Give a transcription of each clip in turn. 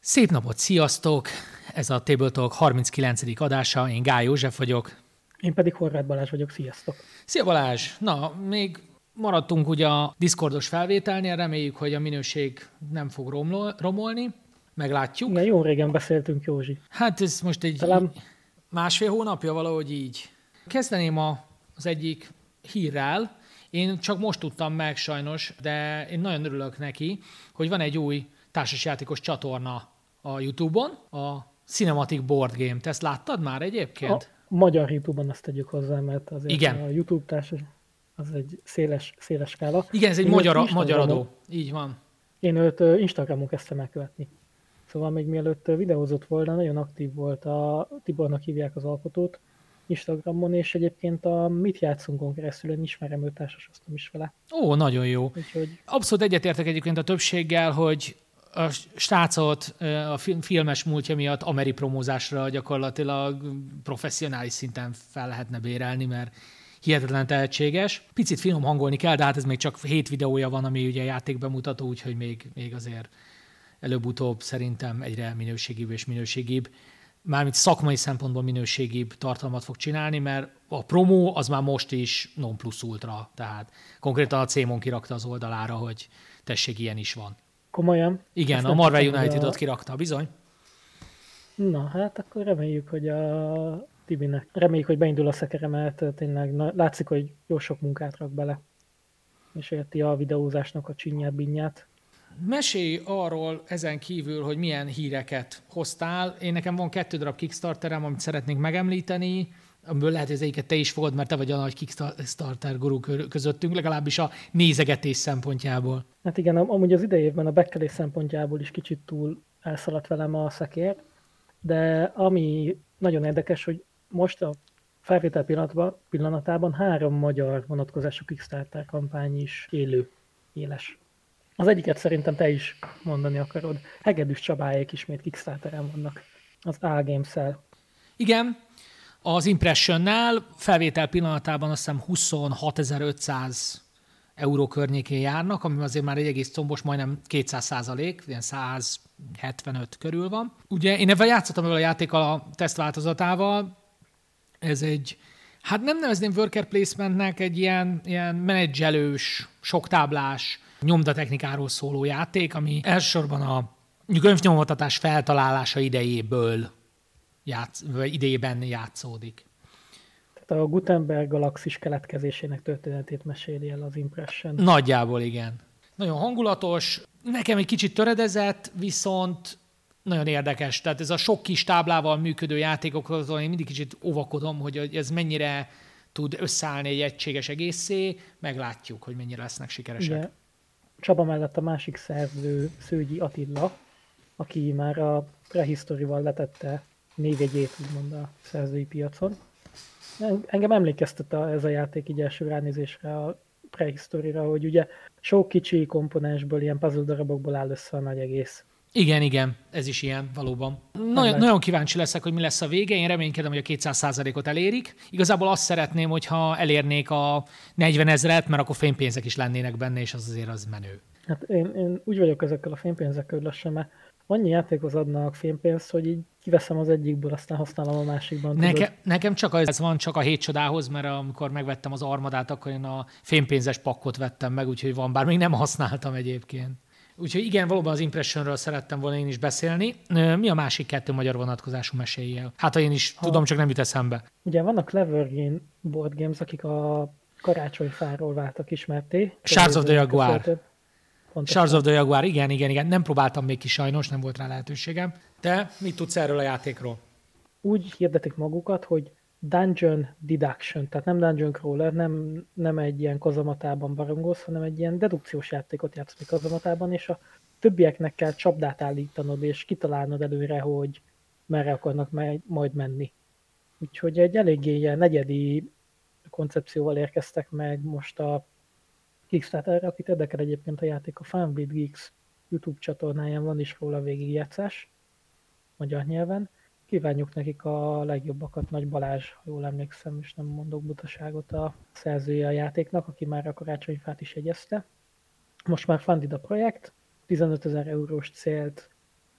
Szép napot, sziasztok! Ez a Table Talk 39. adása, én Gály József vagyok. Én pedig Horváth Balázs vagyok, sziasztok! Szia Balázs! Na, még maradtunk ugye a Discordos felvételnél, reméljük, hogy a minőség nem fog romolni, meglátjuk. Igen, jó régen beszéltünk, Józsi. Hát ez most egy másfél hónapja valahogy így. Kezdeném az egyik hírrel. Én csak most tudtam meg sajnos, de én nagyon örülök neki, hogy van egy új társasjátékos csatorna a YouTube-on, a Cinematic Board Game. Te ezt láttad már egyébként? A magyar YouTube-on azt tegyük hozzá, mert azért igen. A YouTube társas az egy széles skála. Igen, ez egy magyar adó. Így van. Én őt Instagramon kezdtem el követni. Szóval még mielőtt videózott volna, nagyon aktív volt, a Tibornak hívják az alkotót Instagramon, és egyébként a Mit Játszunkon keresztül én ismerem őt, társasoztam is vele. Ó, nagyon jó. Úgyhogy... Abszolút egyetértek egyébként a többséggel, hogy a srácot a filmes múltja miatt ameripromózásra gyakorlatilag professzionális szinten fel lehetne bérelni, mert hihetetlen tehetséges. Picit finom hangolni kell, de hát ez még csak 7 videója van, ami ugye játékbemutató, úgyhogy még azért előbb-utóbb szerintem egyre minőségibb és minőségibb. Mármint szakmai szempontból minőségibb tartalmat fog csinálni, mert a promó az már most is non plus ultra, tehát konkrétan a C-mon kirakta az oldalára, hogy tessék, ilyen is van. Komolyan? Igen, a Marvel United-ot kirakta, bizony. Na, hát akkor reméljük, hogy a Tibinek, reméljük, hogy beindul a szekere, mert tényleg látszik, hogy jó sok munkát rak bele, és érti a videózásnak a csinyát, binyát. Mesélj arról ezen kívül, hogy milyen híreket hoztál. Én nekem van 2 darab Kickstarterem, amit szeretnék megemlíteni, amiből lehet, hogy az egyiket te is fogod, mert te vagy a nagy Kickstarter gurú közöttünk, legalábbis a nézegetés szempontjából. Hát igen, amúgy az idei évben a bekkelés szempontjából is kicsit túl elszaladt velem a szekér, de ami nagyon érdekes, hogy most a felvétel pillanatában 3 magyar vonatkozású Kickstarter kampány is éles. Az egyiket szerintem te is mondani akarod. Hegedűs Csabáék ismét Kickstarteren vannak. Az A Games-el. Igen, az Impressionnál felvétel pillanatában azt hiszem 26.500 euró környékén járnak, ami azért már egy egész combos, majdnem 200%, ilyen 175 körül van. Ugye én ebben játszottam a játékkal a tesztváltozatával. Ez egy, hát nem nevezném worker placementnek, egy ilyen menedzselős, soktáblás, nyomdatechnikáról szóló játék, ami elsősorban a könyvnyomotatás feltalálása idejében játszódik. Tehát a Gutenberg galaxis keletkezésének történetét meséli el az Impression. Nagyjából igen. Nagyon hangulatos, nekem egy kicsit töredezett, viszont nagyon érdekes. Tehát ez a sok kis táblával működő játékokról én mindig kicsit óvakodom, hogy ez mennyire tud összeállni egy egységes egészé, meglátjuk, hogy mennyire lesznek sikeresek. Igen. Csaba mellett a másik szerző Szőgyi Attila, aki már a Prehistoryval letette névjegyét, úgymond a szerzői piacon. Engem emlékeztet ez a játék így első ránézésre a Prehistoryra, hogy ugye sok kicsi komponensből, ilyen puzzle darabokból áll össze a nagy egész. Igen, ez is ilyen, valóban. Nagyon kíváncsi leszek, hogy mi lesz a vége. Én reménykedem, hogy a 200%-ot elérik. Igazából azt szeretném, hogyha elérnék a 40 000-et, mert akkor fénypénzek is lennének benne, és az azért az menő. Hát én úgy vagyok ezekkel a fénypénzekkel lassan, mert annyi játékhoz adnak fénypénzt, hogy így kiveszem az egyikből, aztán használom a másikban. Nekem csak ez van, csak a 7 csodához, mert amikor megvettem az Armadát, akkor én a fénypénzes pakkot vettem meg, úgyhogy van, bár még nem használtam egyébként. Úgyhogy igen, valóban az Impressionről szerettem volna én is beszélni. Mi a másik 2 magyar vonatkozású meséljel? Hát, ha én is tudom, csak nem jut eszembe. Ugye vannak Clever Game Board Games, akik a karácsonyfáról váltak ismerté. Shards of the Jaguar. Shards of the Jaguar, igen. Nem próbáltam még ki sajnos, nem volt rá lehetőségem. Te mit tudsz erről a játékról? Úgy hirdetik magukat, hogy Dungeon Deduction, tehát nem Dungeon Crawler, nem egy ilyen kazamatában barangolsz, hanem egy ilyen dedukciós játékot játszani kazamatában, és a többieknek kell csapdát állítanod, és kitalálnod előre, hogy merre akarnak majd menni. Úgyhogy egy eléggé ilyen negyedi koncepcióval érkeztek meg most a Kickstarterre, akit érdekel egyébként a játék, a Funbit Geeks YouTube csatornáján van is róla végigjátszás magyar nyelven. Kívánjuk nekik a legjobbakat, Nagy Balázs, ha jól emlékszem, és nem mondok butaságot, a szerzője a játéknak, aki már a karácsonyfát is jegyezte. Most már funded a projekt, 15 000 eurós célt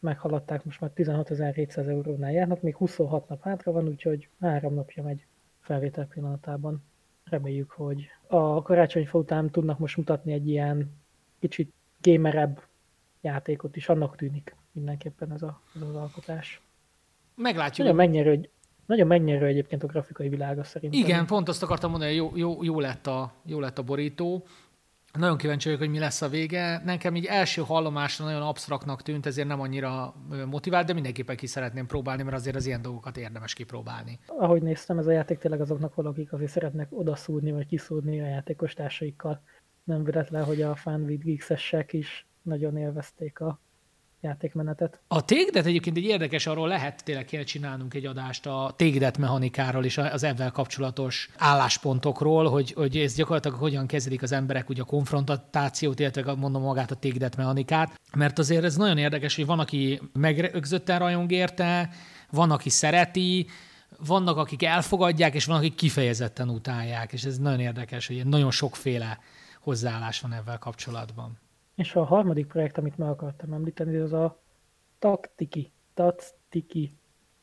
meghaladták, most már 16.700 eurónál járnak, még 26 nap hátra van, úgyhogy 3 napja megy felvétel pillanatában. Reméljük, hogy a karácsonyfa után tudnak most mutatni egy ilyen kicsit gamerebb játékot is, annak tűnik mindenképpen ez az alkotás. Meglátjuk. Nagyon megnyerő egyébként a grafikai világa szerintem. Igen, pont azt akartam mondani, hogy jó lett a borító. Nagyon kíváncsi vagyok, hogy mi lesz a vége. Nekem így első hallomásra nagyon absztraktnak tűnt, ezért nem annyira motivált, de mindenképpen ki szeretném próbálni, mert azért az ilyen dolgokat érdemes kipróbálni. Ahogy néztem, ez a játék tényleg azoknak valakik azért szeretnek odaszúrni, vagy kiszúrni a játékos társaikkal. Nem véletlen, hogy a Fun with Geeks-esek is nagyon élvezték a játékmenetet. A Take-Det egyébként egy érdekes, arról lehet tényleg kéne csinálnunk egy adást a Take-Det mechanikáról és az ebben kapcsolatos álláspontokról, hogy ez gyakorlatilag hogyan kezelik az emberek ugye a konfrontációt, illetve mondom magát a Take-Det mechanikát, mert azért ez nagyon érdekes, hogy van, aki megrögzötten rajong érte, van, aki szereti, vannak, akik elfogadják, és van, akik kifejezetten utálják, és ez nagyon érdekes, hogy nagyon sokféle hozzáállás van ebben kapcsolatban. És a harmadik projekt, amit meg akartam említeni, az a Tactiki.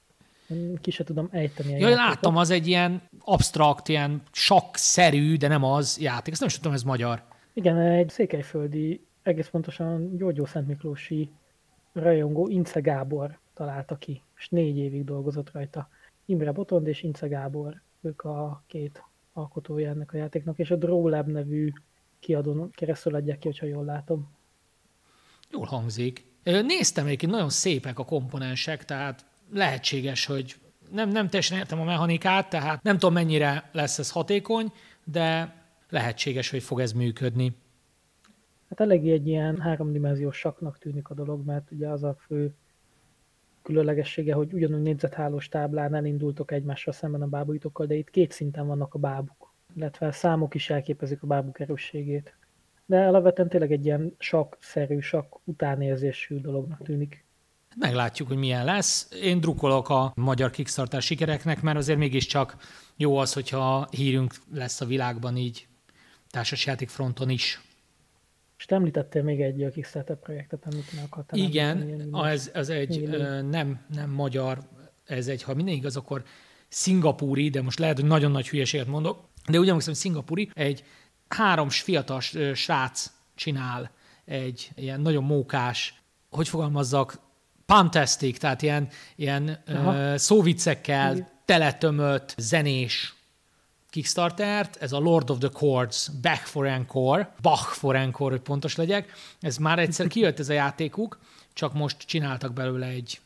Ki se tudom ejteni a játékot. Láttam, az egy ilyen absztrakt, ilyen sakk-szerű, de nem az játék. Ezt nem is tudom, ez magyar. Igen, egy székelyföldi, egész pontosan Gyógyó-Szentmiklósi rajongó Ince Gábor találta ki, és 4 évig dolgozott rajta. Imre Botond és Ince Gábor, ők a 2 alkotója ennek a játéknak, és a Drawlab nevű kiadón keresztül adják ki, hogyha jól látom. Jól hangzik. Néztem egyébként, nagyon szépek a komponensek, tehát lehetséges, hogy nem teljesen értem a mechanikát, tehát nem tudom, mennyire lesz ez hatékony, de lehetséges, hogy fog ez működni. Hát eléggé egy ilyen 3-dimenziós sakknak tűnik a dolog, mert ugye az a fő különlegessége, hogy ugyanúgy négyzethálós táblán elindultok egymással szemben a bábújtokkal, de itt 2 szinten vannak a bábuk, illetve számok is elképezik a bábuk erősségét. De alapvetően tényleg egy ilyen sakk-szerű, sakk utánérzésű dolognak tűnik. Meglátjuk, hogy milyen lesz. Én drukkolok a magyar Kickstarter sikereknek, mert azért mégiscsak jó az, hogyha hírünk lesz a világban így társasjáték fronton is. És te említettél még egy Kickstarter projektet, amit meg akartál. Igen, ez egy nem magyar, ez egy, ha minden igaz, akkor szingapúri, de most lehet, hogy nagyon nagy hülyeséget mondok, de úgy emlékszem, hogy szingapúri, egy 3 fiatal srác csinál egy ilyen nagyon mókás, hogy fogalmazzak, fantastic, tehát ilyen szóviccekkel teletömött zenés Kickstartert, ez a Lord of the Chords, Bach for Encore, hogy pontos legyek. Ez már egyszer kijött ez a játékuk, csak most csináltak belőle egy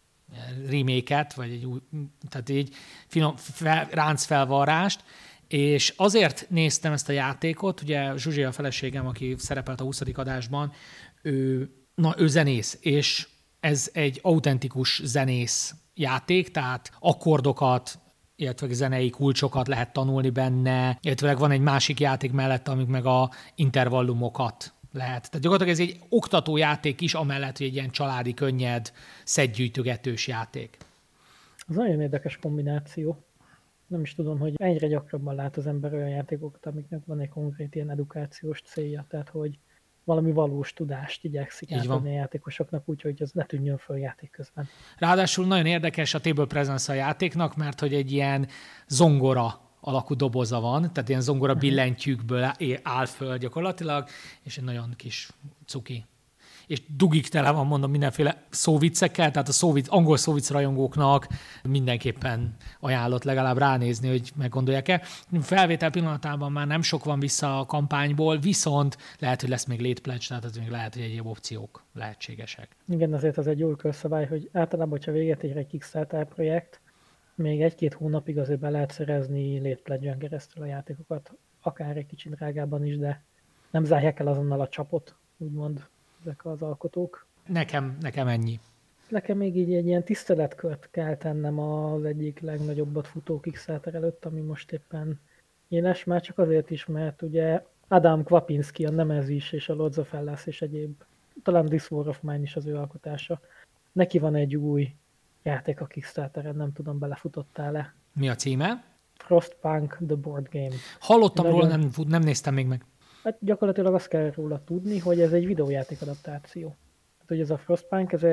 remake-et, vagy egy új, tehát egy finom ráncfelvarrást, és azért néztem ezt a játékot, ugye Zsuzsi a feleségem, aki szerepelt a 20. adásban, ő zenész, és ez egy autentikus zenész játék, tehát akkordokat, illetve zenei kulcsokat lehet tanulni benne, illetve van egy másik játék mellett, amik meg a intervallumokat lehet. Tehát gyakorlatilag ez egy oktatójáték is, amellett, hogy egy ilyen családi, könnyed, szedgyűjtögetős játék. Az nagyon érdekes kombináció. Nem is tudom, hogy egyre gyakrabban lát az ember olyan játékokat, amiknek van egy konkrét ilyen edukációs célja, tehát hogy valami valós tudást igyekszik átadni a játékosoknak, úgyhogy ez ne tűnjön föl játék közben. Ráadásul nagyon érdekes a Table Presence a játéknak, mert hogy egy ilyen zongora alakú doboza van, tehát ilyen zongora billentyűkből áll föl gyakorlatilag, és egy nagyon kis cuki. És dugik tele van, mondom, mindenféle szóviccekkel, tehát a angol szóvic rajongóknak mindenképpen ajánlott legalább ránézni, hogy meggondolják-e. Felvétel pillanatában már nem sok van vissza a kampányból, viszont lehet, hogy lesz még late pledge, tehát még lehet, hogy egyéb opciók lehetségesek. Igen, azért az egy jó körszabály, hogy általában, hogyha véget ér egy Kickstarter projekt, még 1-2 hónapig azért be lehet szerezni late pledge-en keresztül a játékokat, akár egy kicsit drágában is, de nem zárják el azonnal a csapot, úgymond ezek az alkotók. Nekem ennyi. Nekem még így egy ilyen tiszteletkört kell tennem az egyik legnagyobbat futó Kickstarter előtt, ami most éppen éles, már csak azért is, mert ugye Adam Kwapinski, a Nemesis és a Lords of Hellas és egyéb, talán This War of Mine is az ő alkotása. Neki van egy új játék a Kickstarteren, nem tudom, belefutottál-e. Mi a címe? Frostpunk The Board Game. Hallottam róla, nem néztem még meg. Hát gyakorlatilag azt kell róla tudni, hogy ez egy videójáték adaptáció. Hát, hogy ez a Frostpunk, ez egy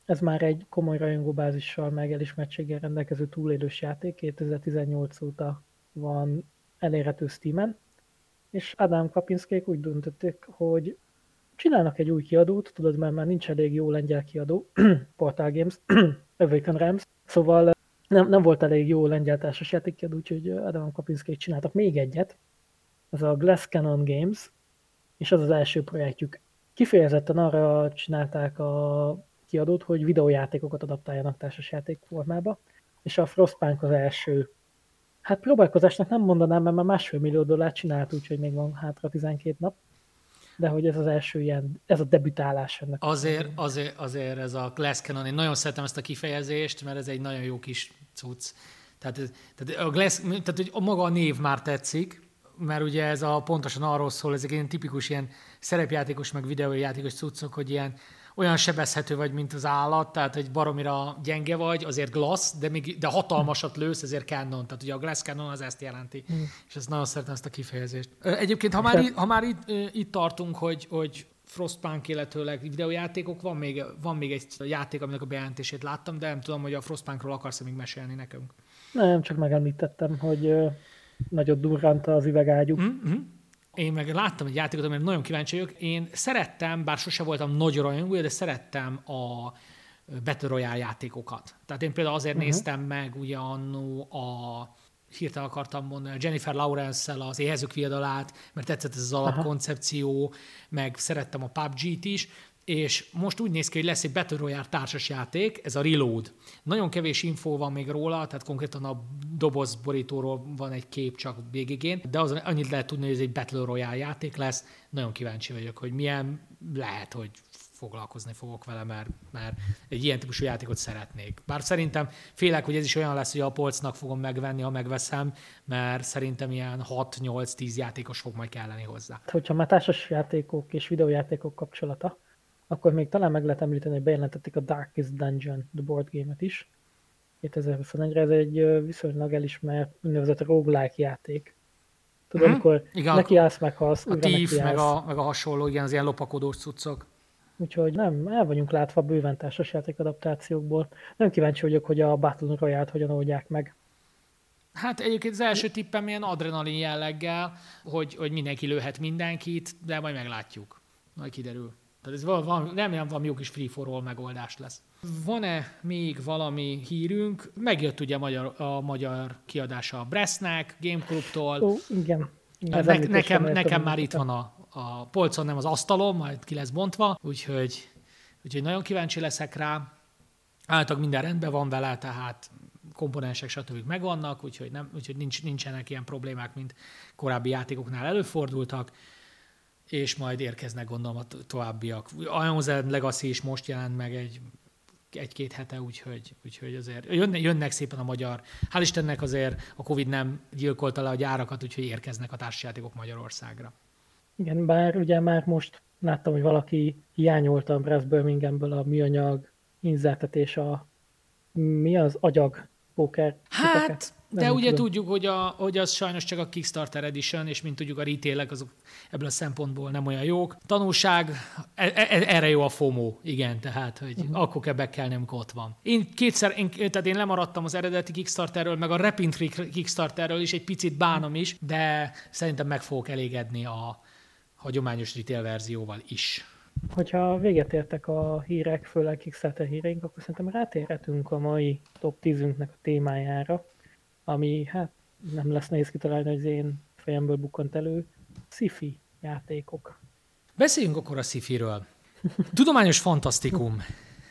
Ez már egy komoly rajongóbázissal, meg elismertséggel rendelkező túlélős játék, 2018 óta van elérhető Steamen, és Adam Kapinszkék úgy döntötték, hogy csinálnak egy új kiadót, tudod, mert már nincs elég jó lengyel kiadó, Portal Games, Awaken Realms, szóval nem volt elég jó lengyel társasjáték kiadó, úgyhogy Adam Kapinszkék csináltak még egyet, ez a Glass Cannon Games, és az az első projektjük. Kifejezetten arra csinálták a kiadót, hogy videójátékokat adaptáljanak társasjáték formába, és a Frostpunk az első. Hát próbálkozásnak nem mondanám, mert már $1,5 millió csinált, úgyhogy még van hátra 12 nap. De hogy ez az első ilyen, ez a debütálás ennek. Azért ez a Glass Cannon, én nagyon szeretem ezt a kifejezést, mert ez egy nagyon jó kis cucc. Tehát hogy maga a név már tetszik, mert ugye ez pontosan arról szól, ezek ilyen tipikus ilyen szerepjátékos, meg videójátékos cuccok, hogy olyan sebezhető vagy, mint az állat, tehát egy baromira gyenge vagy, azért glass, de hatalmasat lősz, ezért cannon. Tehát ugye a glass cannon az ezt jelenti. És ezt nagyon szeretem, ezt a kifejezést. Egyébként, ha már itt tartunk, hogy Frostpunk, illetőleg videójátékok, van még egy játék, aminek a bejelentését láttam, de nem tudom, hogy a Frostpunkról akarsz még mesélni nekünk. Nem, csak megemlítettem, hogy nagyot durrant az üvegágyú. Én meg láttam egy játékot, amire nagyon kíváncsi vagyok. Én szerettem, bár sose voltam nagy rajongója, de szerettem a Battle Royale játékokat. Tehát én például azért néztem meg ugye annó hirtelen akartam mondani, a Jennifer Lawrence-szel az Éhezők viadalát, mert tetszett ez az alapkoncepció, meg szerettem a PUBG-t is, és most úgy néz ki, hogy lesz egy Battle Royale társasjáték, ez a Reload. Nagyon kevés infó van még róla, tehát konkrétan a dobozborítóról van egy kép csak végigén, de az annyit lehet tudni, hogy ez egy Battle Royale játék lesz. Nagyon kíváncsi vagyok, hogy milyen, lehet, hogy foglalkozni fogok vele, mert egy ilyen típusú játékot szeretnék. Bár szerintem félek, hogy ez is olyan lesz, hogy a polcnak fogom megvenni, ha megveszem, mert szerintem ilyen 6-8-10 játékos fog majd kelleni hozzá. Hogyha már társasjátékok és videójátékok kapcsolata, akkor még talán meg lehet említeni, hogy bejelentették a Darkest Dungeon, the board game-et is. 2021-re ez egy viszonylag elismert úgynevezett roguelike játék. Tudod, amikor nekiállsz, meghalsz, a Thief, meg a hasonló, igen, az ilyen lopakodós cuccok. Úgyhogy nem, el vagyunk látva bőven társasjáték adaptációkból. Nem kíváncsi vagyok, hogy a Battle Royale-t hogyan oldják meg. Hát egyébként az első tippem ilyen adrenalin jelleggel, hogy mindenki lőhet mindenkit, de majd meglátjuk. Majd kiderül. Tehát ez remélem valami jó kis free-for-all megoldás lesz. Van-e még valami hírünk? Megjött ugye a magyar kiadása a Bresznek, Game Clubtól. Ó, igen. Nekem már itt van a polcon, nem az asztalon, majd ki lesz bontva, úgyhogy nagyon kíváncsi leszek rá. Általában minden rendben van vele, tehát komponensek stb. Megvannak, úgyhogy nincsenek ilyen problémák, mint korábbi játékoknál előfordultak, és majd érkeznek, gondolom, a továbbiak. A Iron Legacy is most jelent meg egy-két hete, úgyhogy azért jönnek szépen a magyar. Hál' Istennek azért a Covid nem gyilkolta le a gyárakat, úgyhogy érkeznek a társasjátékok Magyarországra. Igen, bár ugye már most láttam, hogy valaki hiányolta a Brass Birminghamből a műanyag inzertetés mi az agyag póker. Hát, de ugye tudjuk, hogy az sajnos csak a Kickstarter Edition, és mint tudjuk, a retailek azok ebből a szempontból nem olyan jók. Tanulság, erre jó a FOMO, igen, tehát, hogy akkor kell bekelni, amikor ott van. Tehát én lemaradtam az eredeti Kickstarterről, meg a Repin Kickstarterről is, egy picit bánom is, de szerintem meg fogok elégedni a hagyományos retail verzióval is. Hogyha véget értek a hírek, főleg Kickstarter híreink, akkor szerintem rátérhetünk a mai top 10-ünknek a témájára, ami hát nem lesz nehéz kitalálni, hogy az én fejemből bukkant elő, sci-fi játékok. Beszéljünk akkor a sci-firől. Tudományos fantasztikum.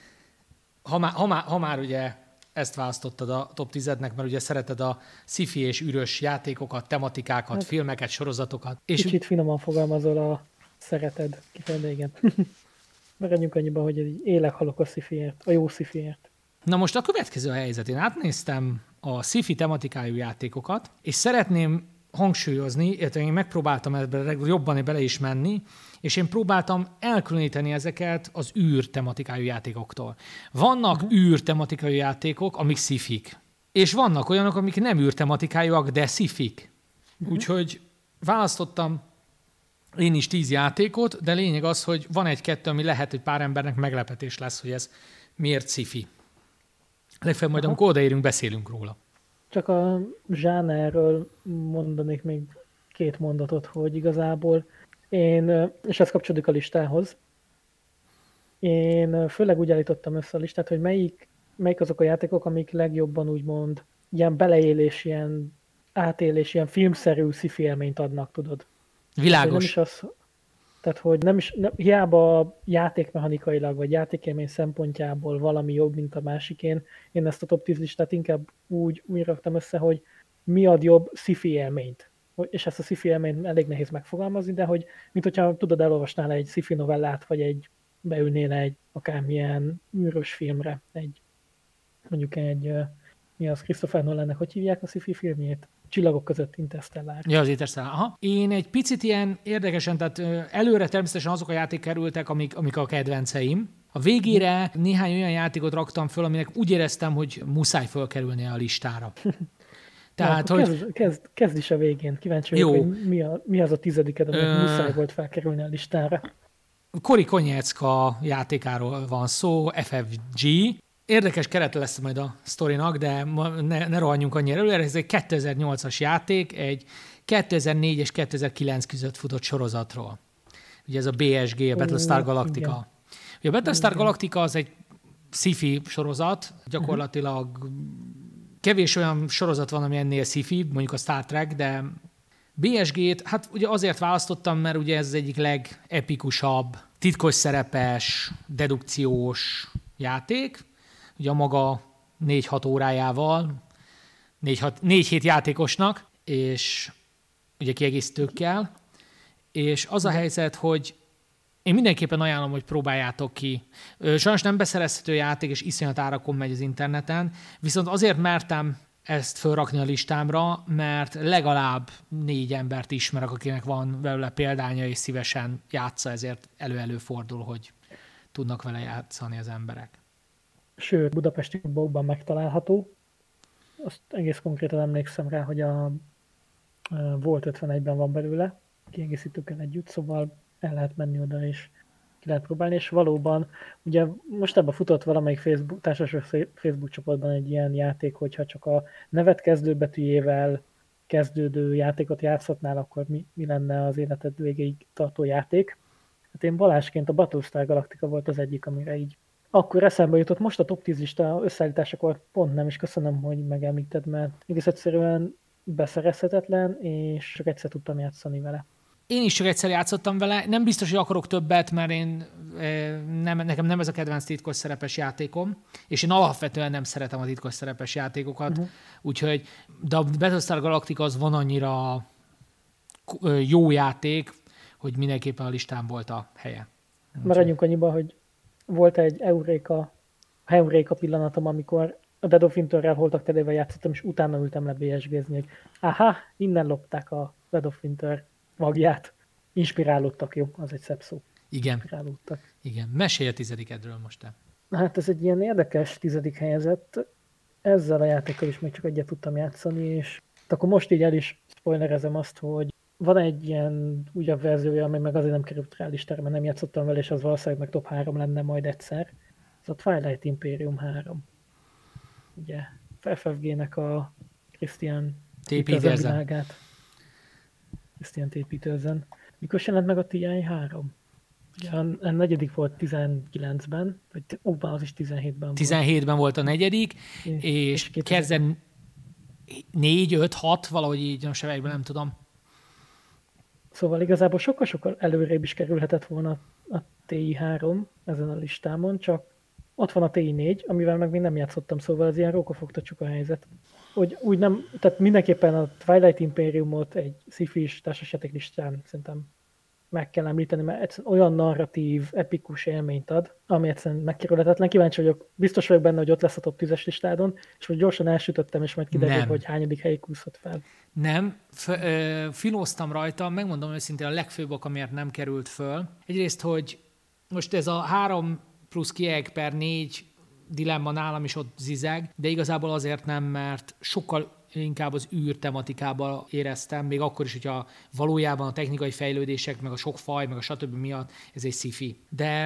Ha már ugye ezt választottad a top 10-ednek, mert ugye szereted a sci-fi és ürös játékokat, tematikákat, hát, filmeket, sorozatokat. Kicsit finoman fogalmazol a szereted kifejezésben, igen. Maradjunk annyiban, hogy élek-halok a sci-fiért, a jó sci-fiért. Na most a következő a helyzet. Én átnéztem a sci-fi tematikájú játékokat, és szeretném hangsúlyozni, illetve én megpróbáltam ebben jobban bele is menni, és én próbáltam elkülöníteni ezeket az űr tematikájú játékoktól. Vannak űr tematikájú játékok, amik sci-fik, és vannak olyanok, amik nem űr tematikájúak, de sci-fik. Úgyhogy választottam én is 10 játékot, de lényeg az, hogy van egy-kettő, ami lehet, hogy pár embernek meglepetés lesz, hogy ez Miért sci-fi? Legfeljebb majd, amikor odaérünk, beszélünk róla. Csak a zsánerről mondanék még 2 mondatot, hogy igazából és ez kapcsolódik a listához, én főleg úgy állítottam össze a listát, hogy melyik azok a játékok, amik legjobban úgymond ilyen beleélés, ilyen átélés, ilyen filmszerű sci-fi élményt adnak, tudod. Világos. Tehát, hogy nem is, hiába játékmechanikailag, vagy játékélmény szempontjából valami jobb, mint a másikén, én ezt a top 10 listát inkább úgy raktam össze, hogy mi ad jobb sci-fi élményt. És ezt a sci-fi élményt elég nehéz megfogalmazni, de hogy, mint hogyha tudod, elolvasnál egy sci-fi novellát, vagy beülnél egy akármilyen űrös filmre, mondjuk mi az, Christopher Nolannek, hogy hívják a sci-fi filmjét? Csillagok között, Interstellar. Ja, az Interstellar. Aha. Én egy picit ilyen érdekesen, tehát előre természetesen azok a játék kerültek, amik a kedvenceim. A végére néhány olyan játékot raktam föl, aminek úgy éreztem, hogy muszáj fölkerülnie a listára. Tehát, hogy... kezd is a végén. Kíváncsi vagyok, hogy mi az a 10., aminek muszáj volt felkerülni a listára. Kori Konyecka játékáról van szó, FFG. Érdekes kerete lesz majd a sztorinak, de ne rohanjunk annyira előre. Ez egy 2008-as játék, egy 2004 és 2009 között futott sorozatról. Ugye ez a BSG, a Battlestar Galactica. Igen. Ugye a Battlestar Galactica az egy sci-fi sorozat, gyakorlatilag kevés olyan sorozat van, ami ennél sci-fi, mondjuk a Star Trek, de BSG-t, hát ugye azért választottam, mert ugye ez az egyik legepikusabb, titkos szerepes, dedukciós játék, ugye a maga 4-6 órájával, 4-7 játékosnak, és ugye kiegészítőkkel, és az a helyzet, hogy én mindenképpen ajánlom, hogy próbáljátok ki. Sajnos nem beszerezhető játék, és iszonyat árakon megy az interneten, viszont azért mertem ezt fölrakni a listámra, mert legalább 4 embert ismerek, akinek van belőle példánya, és szívesen játsza, ezért elő-előfordul, hogy tudnak vele játszani az emberek. Sőt, budapesti klubokban megtalálható. Azt egész konkrétan emlékszem rá, hogy a Volt 51-ben van belőle, kiegészítőkkel együtt, szóval el lehet menni oda, és ki lehet próbálni, és valóban, ugye most ebben futott valamelyik társaság Facebook csoportban egy ilyen játék, hogyha csak a nevet kezdőbetűjével kezdődő játékot játszhatnál, akkor mi lenne az életed végéig tartó játék. Hát én Balázsként a Battlestar Galactica volt az egyik, amire így akkor eszembe jutott. Most a top 10 lista összeállításakor pont nem, és köszönöm, hogy megemlíted, mert egész egyszerűen beszerezhetetlen, és csak egyszer tudtam játszani vele. Én is csak egyszer játszottam vele. Nem biztos, hogy akarok többet, mert nekem nem ez a kedvenc titkos szerepes játékom, és én alapvetően nem szeretem a titkos szerepes játékokat, úgyhogy, de a Battlestar Galactica az van annyira jó játék, hogy mindenképpen a listán volt a helye. Maradjunk annyiba, hogy volt egy Euréka pillanatom, amikor a Dead of Winterrel Holtak telével játszottam, és utána ültem le BSG-zni, hogy innen lopták a Dead of Winter magját. Inspirálódtak, jó? Az egy szebb szó. Igen. Inspirálódtak. Igen. Mesélj a 10-edről most te. Hát ez egy ilyen érdekes 10. helyezett. Ezzel a játékkal is még csak egyet tudtam játszani, és akkor most így el is spoilerezem azt, hogy van egy ilyen újabb verziója, ami meg azért nem került rá listára, mert nem játszottam vele, és az valószínűleg meg top 3 lenne majd egyszer. Ez a Twilight Imperium 3. Ugye FFG-nek a Christian T. Petersen. Christian T. Petersen. Mikor jelent meg a TI 3? Ugye a negyedik volt 19-ben, vagy az is 17-ben volt. 17-ben volt a negyedik, és 4, 5, 6, valahogy így, most nem tudom. Szóval igazából sokkal-sokkal előrébb is kerülhetett volna a TI3 ezen a listámon, csak ott van a TI4, amivel meg még nem játszottam, szóval ez ilyen rókafogta csuka helyzet. Hogy úgy nem, tehát mindenképpen a Twilight Imperiumot egy sci-fi-s társasjáték listán szerintem meg kell említeni, mert egyszerűen olyan narratív, epikus élményt ad, ami egyszerűen megkerülhetetlen. Kíváncsi vagyok, biztos vagyok benne, hogy ott lesz a top 10-es listádon, és hogy gyorsan elsütöttem, és majd kiderül, hogy hányadik helyig úszhat fel. Nem, filóztam rajta, megmondom őszintén a legfőbb ok, amiért nem került föl. Egyrészt, hogy most ez a 3 plusz kieg per 4 dilemma nálam is ott zizeg, de igazából azért nem, mert sokkal inkább az űr tematikába éreztem, még akkor is, hogyha valójában a technikai fejlődések, meg a sok faj, meg a stb. Miatt ez egy sci-fi. De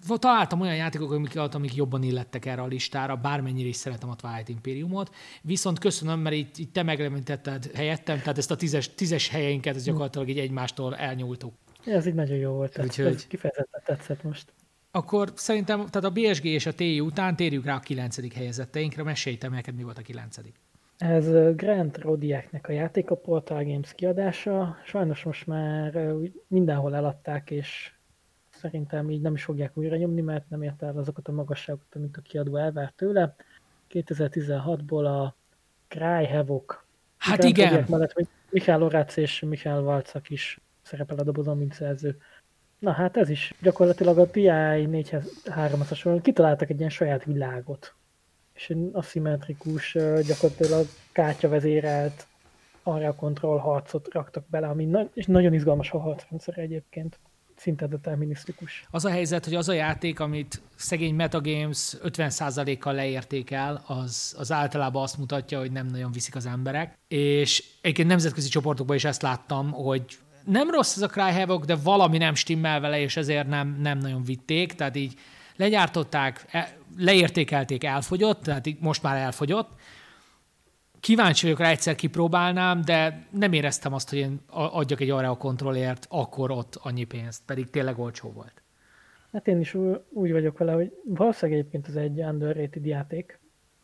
találtam olyan játékokat, amik jobban illettek erre a listára, bármennyire is szeretem a Twilight Imperiumot, viszont köszönöm, mert itt te megemlítetted helyettem, tehát ezt a tízes helyeinket gyakorlatilag így egymástól elnyúltuk. Ez így nagyon jó volt, ez kifejezetten tetszett most. Akkor szerintem, tehát a BSG és a TI után térjük rá a 9. helyezetteinkre, mesélj te, neked mi volt a 9. Ez Grant Rodiaknek a játék, a Portal Games kiadása. Sajnos most már mindenhol eladták, és szerintem így nem is fogják újra nyomni, mert nem ért el azokat a magasságokat, amit a kiadó elvárt tőle. 2016-ból a Cry Havoc. Hát Grant igen. Rodiak mellett Michael Orác és Michael Valcak is szerepel a dobozon, mint szerző. Na hát ez is gyakorlatilag a TI 4-3-as hasonlóan kitaláltak egy ilyen saját világot. És egy aszimmetrikus, gyakorlatilag kártyavezérelt arra control harcot raktak bele, ami és nagyon izgalmas a harcrendszer egyébként. Szinte determinisztikus. Az a helyzet, hogy az a játék, amit szegény Metagames 50%-kal leértékel, az általában azt mutatja, hogy nem nagyon viszik az emberek. És egyébként nemzetközi csoportokban is ezt láttam, hogy nem rossz ez a Cry Havoc, de valami nem stimmel vele, és ezért nem nagyon vitték. Tehát így legyártották, leértékelték, elfogyott, tehát így most már elfogyott. Kíváncsi vagyok rá, egyszer kipróbálnám, de nem éreztem azt, hogy én adjak egy Area kontrollért akkor ott annyi pénzt, pedig tényleg olcsó volt. Hát én is úgy vagyok vele, hogy valószínűleg egyébként ez egy underrated játék.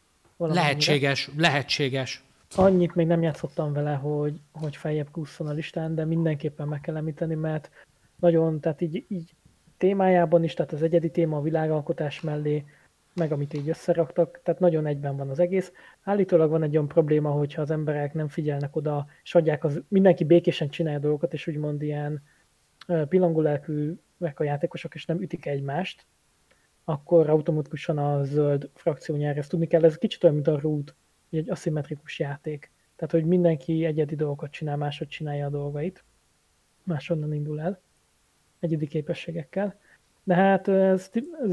Lehetséges. Annyit még nem játszottam vele, hogy feljebb kúszson a listán, de mindenképpen meg kell említeni, mert nagyon, tehát így témájában is, tehát az egyedi téma a világalkotás mellé, meg amit így összeraktak, tehát nagyon egyben van az egész. Állítólag van egy olyan probléma, hogyha az emberek nem figyelnek oda, és adják, mindenki békésen csinálja dolgokat, és úgymond ilyen pillangólelkűek a játékosok, és nem ütik egymást, akkor automatikusan a zöld frakció nyer. Ezt tudni kell, ez kicsit olyan, mint a Root, egy aszimmetrikus játék. Tehát, hogy mindenki egyedi dolgokat csinál, máshogy csinálja a dolgait, máshonnan indul el, egyedi képességekkel. De hát ez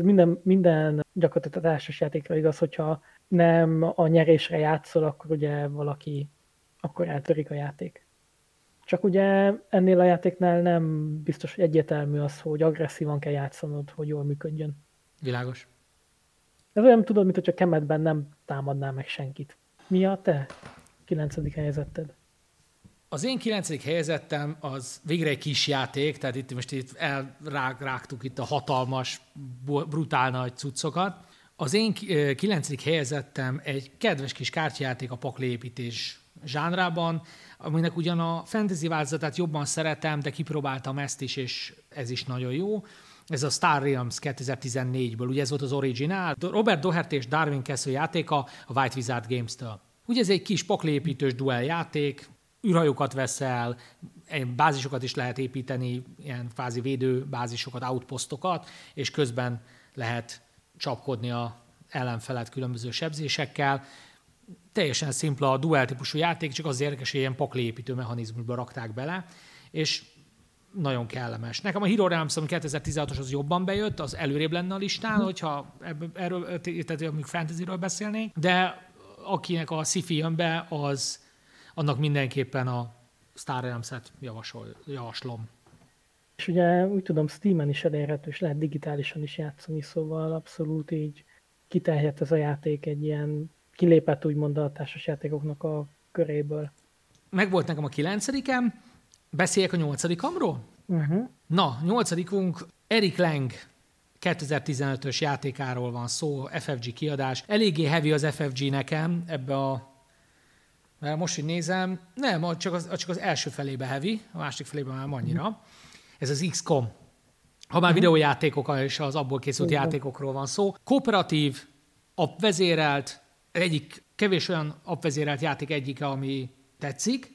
minden gyakorlatilag a társas játékra igaz, hogyha nem a nyerésre játszol, akkor ugye valaki, akkor eltörik a játék. Csak ugye ennél a játéknál nem biztos, hogy egyértelmű az, hogy agresszívan kell játszanod, hogy jól működjön. Világos. Ez olyan, tudod, mint hogyha Kemetben nem támadnál meg senkit. Mi a te 9. helyezetted? Az én 9. helyezettem az végre egy kis játék, tehát itt most elrágtuk itt a hatalmas, brutál nagy cuccokat. Az én 9. helyezettem egy kedves kis kártyajáték a pakliépítés zsánrában, aminek ugyan a fantasy változatát jobban szeretem, de kipróbáltam ezt is, és ez is nagyon jó. Ez a Star Realms 2014-ből, ugye ez volt az originál. Robert Doherty és Darwin Castle játéka a White Wizard Games-től. Ugye ez egy kis pakliépítős duel játék, űrhajókat veszel, bázisokat is lehet építeni, ilyen kvázi védőbázisokat, outpostokat, és közben lehet csapkodni a ellenfelet különböző sebzésekkel. Teljesen szimpla a duel típusú játék, csak az érdekes, hogy ilyen pakliépítő mechanizmusba rakták bele, és nagyon kellemes. Nekem a Hero Realms, ami 2016-os, az jobban bejött, az előrébb lenne a listán, hogyha erről, tehát amíg fantasyről beszélnénk, de akinek a sci-fi jön be, annak mindenképpen a Star Realms-et javaslom. És ugye úgy tudom, Steam-en is elérhető, és lehet digitálisan is játszani, szóval abszolút így kiterjedt ez a játék, egy ilyen kilépett úgymond a társasjátékoknak a köréből. Megvolt nekem a 9-em, beszéljek a 8-amról? Na, 8-unk Eric Lang 2015-ös játékáról van szó, FFG kiadás. Eléggé heavy az FFG nekem, mert most, hogy nézem, nem, csak az első felébe heavy, a másik felében már annyira. Ez az XCOM. Ha már videójátékok és az abból készült játékokról van szó. Kooperatív, appvezérelt, egyik kevés olyan appvezérelt játék egyike, ami tetszik,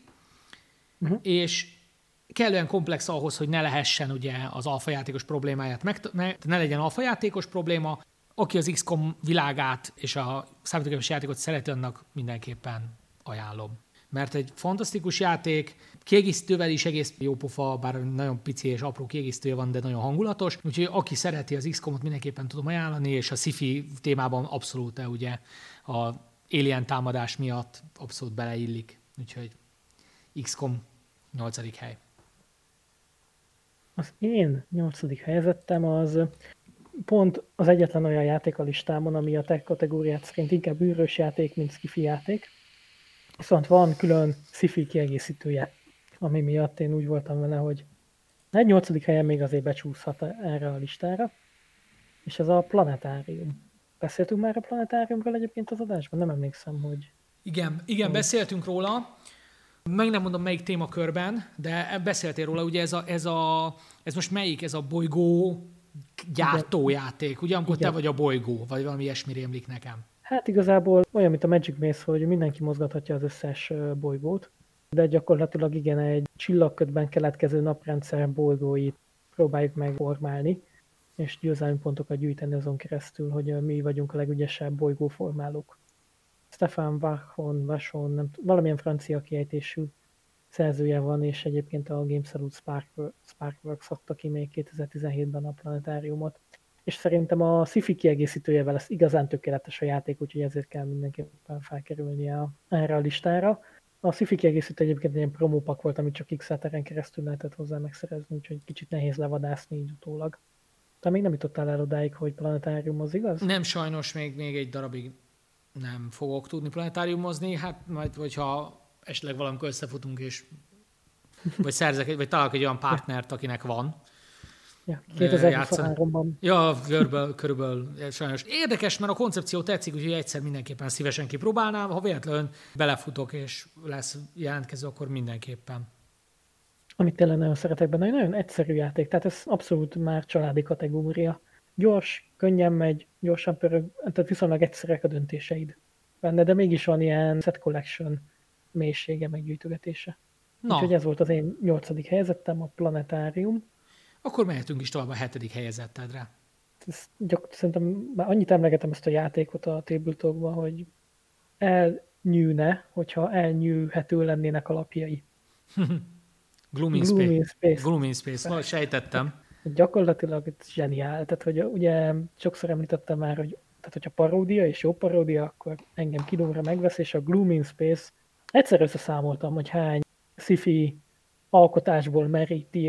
és kellően komplex ahhoz, hogy ne lehessen ugye az alfajátékos problémáját, ne legyen alfajátékos probléma. Aki az XCOM világát és a számítógépes játékot szereti, annak mindenképpen ajánlom. Mert egy fantasztikus játék, kiegészítővel is egész jó pofa, bár nagyon pici és apró kiegészítője van, de nagyon hangulatos. Úgyhogy aki szereti az XCOM-ot, mindenképpen tudom ajánlani, és a sci-fi témában abszolút ugye a alien támadás miatt abszolút beleillik. Úgyhogy XCOM 8. hely. Az én 8. helyezettem az pont az egyetlen olyan játék a listámon, ami a tech kategóriát szerint inkább űrös játék, mint sci-fi játék. Viszont van külön sci-fi kiegészítője, ami miatt én úgy voltam vele, hogy egy 8. helyen még azért becsúszhat erre a listára, és ez a Planetárium. Beszéltünk már a Planetáriumról egyébként az adásban? Nem emlékszem, hogy... Igen, beszéltünk róla. Meg nem mondom melyik témakörben, de beszéltél róla, ugye ez most melyik? Ez a bolygó gyártójáték, ugye? Amikor te vagy a bolygó, vagy valami ilyesmi rémlik nekem. Hát igazából olyan, mint a Magic Maze, hogy mindenki mozgathatja az összes bolygót, de gyakorlatilag igen, egy csillagködben keletkező naprendszer bolygóit próbáljuk megformálni, és győzelmi pontokat gyűjteni azon keresztül, hogy mi vagyunk a legügyesebb bolygóformálók. Stefan Vachon, nem valamilyen francia kiejtésű szerzője van, és egyébként a Games Elite Sparkworks adta ki még 2017-ben a Planetáriumot. És szerintem a sci-fi kiegészítőjevel lesz igazán tökéletes a játék, úgyhogy ezért kell mindenképpen felkerülnie erre a listára. A sci-fi kiegészítő egyébként egy ilyen promópak volt, amit csak Kickstarteren keresztül lehetett hozzá megszerezni, úgyhogy kicsit nehéz levadászni így utólag. De még nem jutottál el odáig, hogy Planetárium, az igaz? Nem, sajnos még egy darabig nem fogok tudni planetáriumozni, hát majd, hogyha esetleg valamikor összefutunk, és vagy szerzek, vagy találok egy olyan partnert, akinek van. Ja, 2023-ban. Ja, körülbelül sajnos. Érdekes, mert a koncepció tetszik, úgyhogy egyszer mindenképpen szívesen kipróbálnám. Ha véletlenül belefutok, és lesz jelentkező, akkor mindenképpen. Amit tényleg nagyon szeretek benne, hogy nagyon egyszerű játék, tehát ez abszolút már családi kategória. Gyors, könnyen megy, gyorsan pörög, tehát viszonylag egyszerűek a döntéseid benne, de mégis van ilyen set collection mélysége, meg gyűjtögetése. Úgyhogy ez volt az én 8. helyezettem, a Planetárium. Akkor mehetünk is tovább a 7. helyezettedre. Szerintem már annyit emlegetem ezt a játékot a Table Talkban, hogy elnyűne, hogyha elnyűhető lennének a lapjai. Gloomy Space, valahogy sejtettem. Gyakorlatilag zseniál. Tehát, hogy ugye sokszor említettem már, hogy tehát, hogyha paródia és jó paródia, akkor engem kilóra megvesz, és a Gloomy Space egyszer összeszámoltam, hogy hány sci-fi alkotásból meríti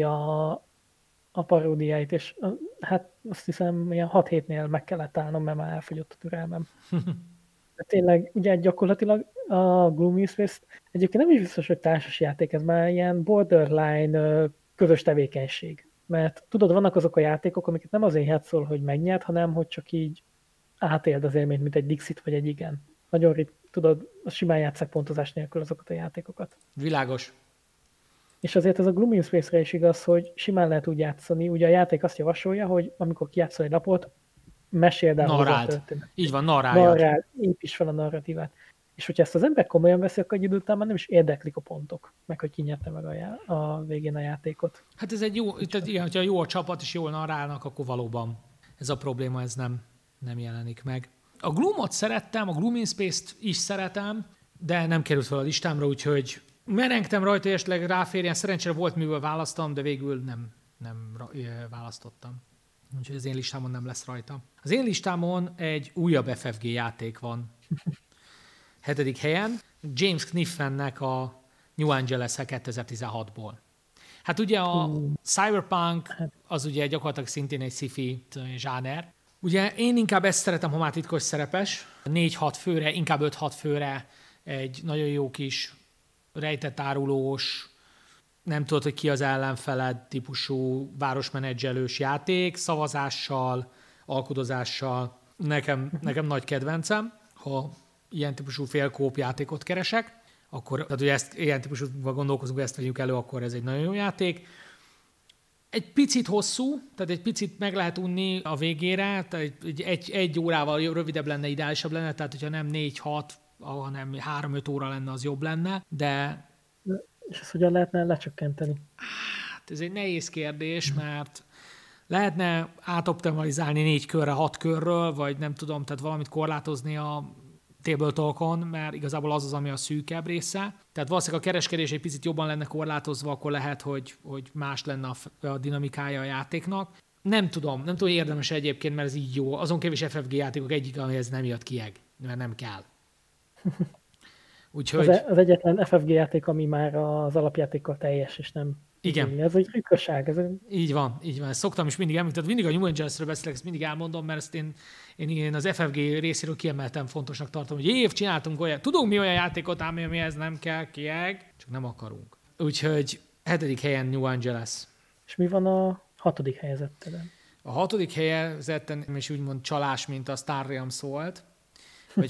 a paródiáit, és hát azt hiszem, ilyen 6-7-nél meg kellett állnom, mert már elfogyott a türelmem. De tényleg, ugye gyakorlatilag a Gloomy Space egyébként nem is biztos, hogy társasjáték, ez már ilyen borderline közös tevékenység. Mert tudod, vannak azok a játékok, amiket nem azért játszol, hogy megnyert, hanem hogy csak így átéld az élményt, mint egy Dixit vagy egy igen. Nagyon tudod, simán játsszák pontozás nélkül azokat a játékokat. Világos. És azért ez a Gloomy Space-re is igaz, hogy simán lehet úgy játszani. Ugye a játék azt javasolja, hogy amikor kijátszol egy lapot, meséld el hozzá a történet. Így van, narráld. Építs fel a narratívát. És hogyha ezt az ember komolyan veszi, akkor egy idő után már nem is érdeklik a pontok, meg hogy ki nyerte meg a végén a játékot. Hát ez egy jó, tehát igen, hogyha jó a csapat és jól narrálnak, akkor valóban ez a probléma, ez nem jelenik meg. A Gloomot szerettem, a Gloomy Space-t is szeretem, de nem került fel a listámra, úgyhogy merengtem rajta, és esetleg ráférjen. Szerencsére volt miből választam, de végül nem választottam. Úgyhogy az én listámon nem lesz rajta. Az én listámon egy újabb FFG játék van. 7. helyen James Kniffennek a New Angeles 2016-ból. Hát ugye a Cyberpunk az ugye gyakorlatilag szintén egy sci-fi zsáner. Ugye én inkább ezt szeretem, ha már titkos szerepes. 4-6 főre, inkább 5-6 főre egy nagyon jó kis rejtett árulós, nem tudod, hogy ki az ellenfeled típusú városmenedzselős játék, szavazással, alkudozással. Nekem nagy kedvencem, ha ilyen típusú félkóp játékot keresek, akkor, tehát ugye ilyen típusú gondolkozunk, ezt vegyük elő, akkor ez egy nagyon jó játék. Egy picit hosszú, tehát egy picit meg lehet unni a végére, tehát egy órával rövidebb lenne, ideálisabb lenne, tehát hogyha nem 4-6, hanem 3-5 óra lenne, az jobb lenne, de... És ezt hogyan lehetne lecsökkenteni? Hát ez egy nehéz kérdés, mert lehetne átoptimalizálni 4 körre, 6 körről, vagy nem tudom, tehát valamit korlátozni a Tabletopon, mert igazából az, ami a szűkebb része. Tehát valószínűleg a kereskedés egy picit jobban lenne korlátozva, akkor lehet, hogy más lenne a dinamikája a játéknak. Nem tudom, érdemes egyébként, mert ez így jó. Azon kevés FFG játékok egyik, amihez nem jött kieg, mert nem kell. Úgyhogy... Az egyetlen FFG játék, ami már az alapjátékkal teljes, és nem Igen. Ez egy ritkaság. Így van, így van. Ezt szoktam is mindig említeni, mindig a New Angelsről beszélek, ezt mindig elmondom, mert ezt én az FFG részéről kiemeltem fontosnak tartom, hogy csináltunk olyan, tudunk mi olyan játékot, ám amihez nem kell kieg, csak nem akarunk. Úgyhogy 7. helyen New Angeles. És mi van a 6. helyezetteden? A 6. helyezetten is úgymond csalás, mint a Star Realms volt, hogy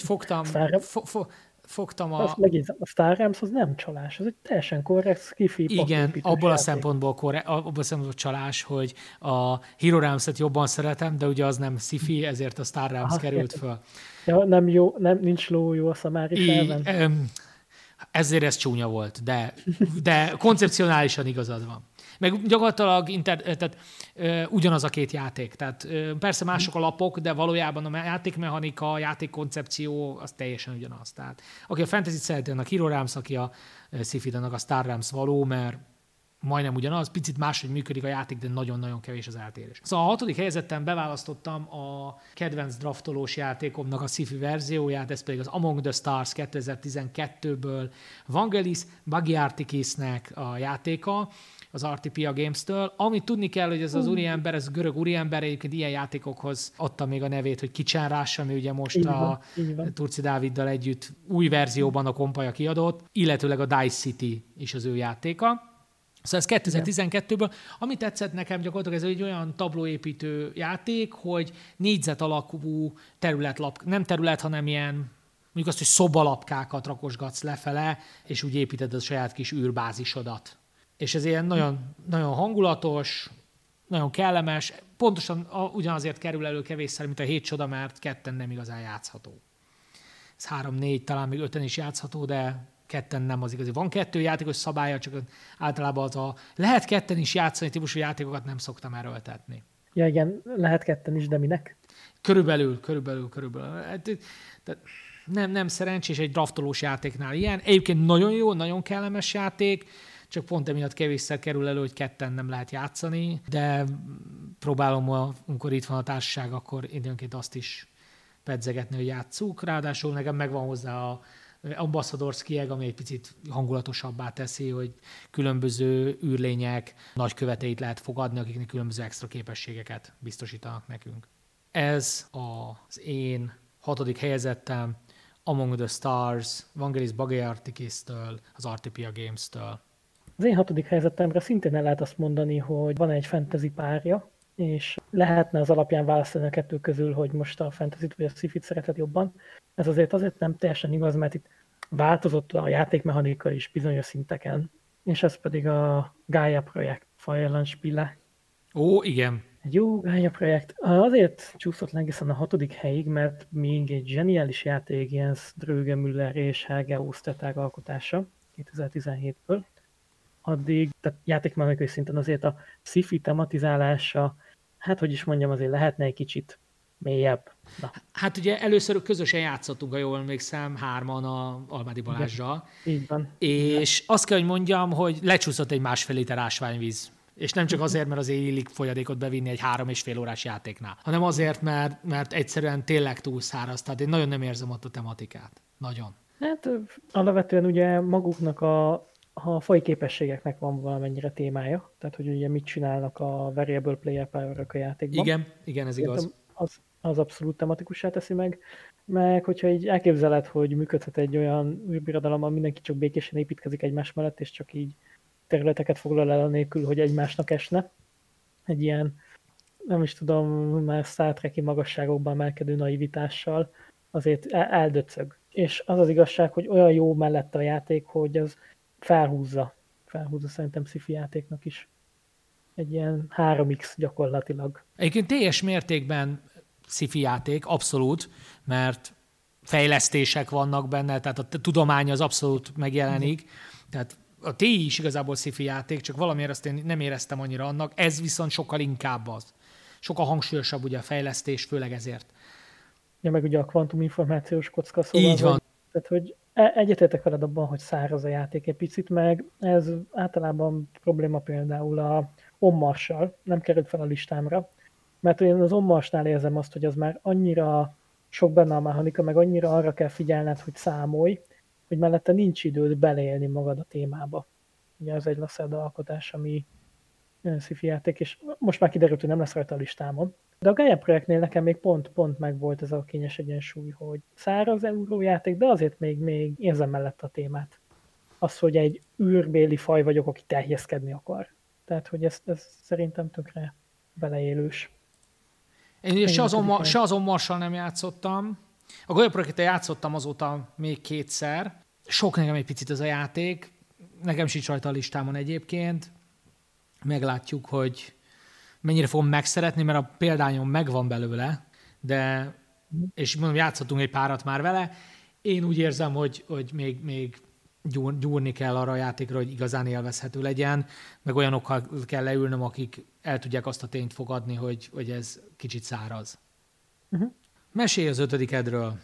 fogtam a Star Realms az nem csalás, az egy teljesen korrekt skifi. Igen, abból a szempontból csalás, hogy a Hero Realms-et jobban szeretem, de ugye az nem sci-fi, ezért a Star Realms került föl. Ja, nincs ló jó a szamári felven? Ezért ez csúnya volt, de koncepcionálisan igazad van. Meg gyakorlatilag ugyanaz a két játék. Tehát persze mások a lapok, de valójában a játékmechanika, a játékkoncepció az teljesen ugyanaz. Tehát aki a fantasy-t szereti, annak Hero Realms, aki a sci-fi, annak a Star Realms való, mert majdnem ugyanaz, picit máshogy működik a játék, de nagyon-nagyon kevés az eltérés. Szóval a 6. helyezetten beválasztottam a kedvenc draftolós játékomnak a sci-fi verzióját, ez pedig az Among the Stars 2012-ből Vangelis Bagiartikisnek a játéka, az Artipia Games-től. Amit tudni kell, hogy ez az úriember, ez a görög úriember, egyébként ilyen játékokhoz adta még a nevét, hogy Kicsenrás, ami ugye most így van. Turci Dáviddal együtt új verzióban a Kompalya kiadott, illetőleg a Dice City is az ő játéka. Szóval ez 2012-ből. Ami tetszett nekem gyakorlatilag, ez egy olyan tablóépítő játék, hogy négyzet alakú nem terület, hanem ilyen, mondjuk azt, hogy szobalapkákat rakosgatsz lefele, és úgy építed a saját kis űrbázisodat. És ez ilyen nagyon, nagyon hangulatos, nagyon kellemes, pontosan ugyanazért kerül elő kevésszer, mint a 7 csoda, mert ketten nem igazán játszható. Ez 3-4, talán még 5-en is játszható, de ketten nem az igazi. Van 2 játékos szabálya, csak általában lehet ketten is játszani típusú játékokat nem szoktam erőltetni. Ja igen, lehet ketten is, de minek? Körülbelül. Nem szerencsés egy draftolós játéknál ilyen. Egyébként nagyon jó, nagyon kellemes játék, csak pont emiatt kevésszer kerül elő, hogy ketten nem lehet játszani, de próbálom, amikor itt van a társaság, akkor időnként azt is pedzegetni, hogy játsszuk. Ráadásul nekem megvan hozzá a Ambassador's Kieg, ami egy picit hangulatosabbá teszi, hogy különböző űrlények nagyköveteit lehet fogadni, akiknek különböző extra képességeket biztosítanak nekünk. Ez az én 6. helyezettem Among the Stars, Vangelis Bagiartikis-től, az Artipia Games-től. Az én 6. helyezettemre szintén el lehet azt mondani, hogy van egy fantasy párja, és lehetne az alapján választani a kettő közül, hogy most a fantasyt vagy a sci-fit szereted jobban. Ez azért nem teljesen igaz, mert itt változott a játékmechanika is bizonyos szinteken, és ez pedig a Gaia projekt, Feuerlandspiele. Ó, igen. Egy jó Gaia projekt. Azért csúszott le egészen a 6. helyig, mert még egy zseniális játék Jens Drögemüller és Helge Ostertag alkotása 2017-ből. Addig, tehát játékmechanikai szinten azért a sci-fi tematizálása, hát hogy is mondjam, azért lehetne egy kicsit mélyebb. Na. Hát ugye először közösen játszottunk, ha jól emlékszem, 3-an a Almádi Balázsral. Így van. És azt kell, hogy mondjam, hogy lecsúszott egy 1,5 liter ásványvíz. És nem csak azért, mert azért illik folyadékot bevinni egy 3,5 órás játéknál, hanem azért, mert egyszerűen tényleg túl száraz. Tehát én nagyon nem érzem ott a tematikát. Nagyon. Hát alapvetően ugye maguknak a fai képességeknek van valamennyire témája, tehát hogy ugye mit csinálnak a variable player power-ök a játékban. Igen, ez igaz. Az abszolút tematikussá teszi meg hogyha így elképzeled, hogy működhet egy olyan űrbirodalom, ahol mindenki csak békésen építkezik egymás mellett, és csak így területeket foglal el anélkül, hogy egymásnak esne. Egy ilyen, nem is tudom, már Star Trek-i magasságokban emelkedő naivitással azért eldöcög. És az az igazság, hogy olyan jó mellette a játék, hogy az felhúzza szerintem sci-fi játéknak is. Egy ilyen 3x gyakorlatilag. Egyébként teljes mértékben sci-fi játék, abszolút, mert fejlesztések vannak benne, tehát a tudomány az abszolút megjelenik. Tehát a TI is igazából sci-fi játék, csak valamiért azt én nem éreztem annyira annak, ez viszont sokkal inkább az. Sokkal hangsúlyosabb ugye a fejlesztés, főleg ezért. Ja, meg ugye a kvantuminformációs kocka, szóval így van. Tehát, hogy egyetértek veled abban, hogy száraz a játék egy picit, meg ez általában probléma például a On-Marssal, nem került fel a listámra, mert én az On-Marsnál érzem azt, hogy az már annyira sok benne a mechanika, meg annyira arra kell figyelned, hogy számolj, hogy mellette nincs időd beleélni magad a témába. ugye az egy Lacerda alkotás, ami sci-fi játék, és most már kiderült, hogy nem lesz rajta a listámon. De a Gaia projektnél nekem még pont meg volt ez a kényes egyensúly, hogy száraz eurójáték, de azért még érzem mellett a témát. Az, hogy egy űrbéli faj vagyok, aki terjeszkedni akar. Tehát, hogy ez szerintem tökre beleélős. Én se azon Marssal nem játszottam. A Gaia projekttel játszottam azóta még 2-szer. Sok nekem egy picit ez a játék. Nekem sincs rajta a listámon egyébként. Meglátjuk, hogy mennyire fogom megszeretni, mert a példányom megvan belőle, de, és mondom, játszottunk egy párat már vele. Én úgy érzem, hogy még gyúrni kell arra a játékra, hogy igazán élvezhető legyen, meg olyanokkal kell leülnöm, akik el tudják azt a tényt fogadni, hogy ez kicsit száraz. Mesélj az 5-edről.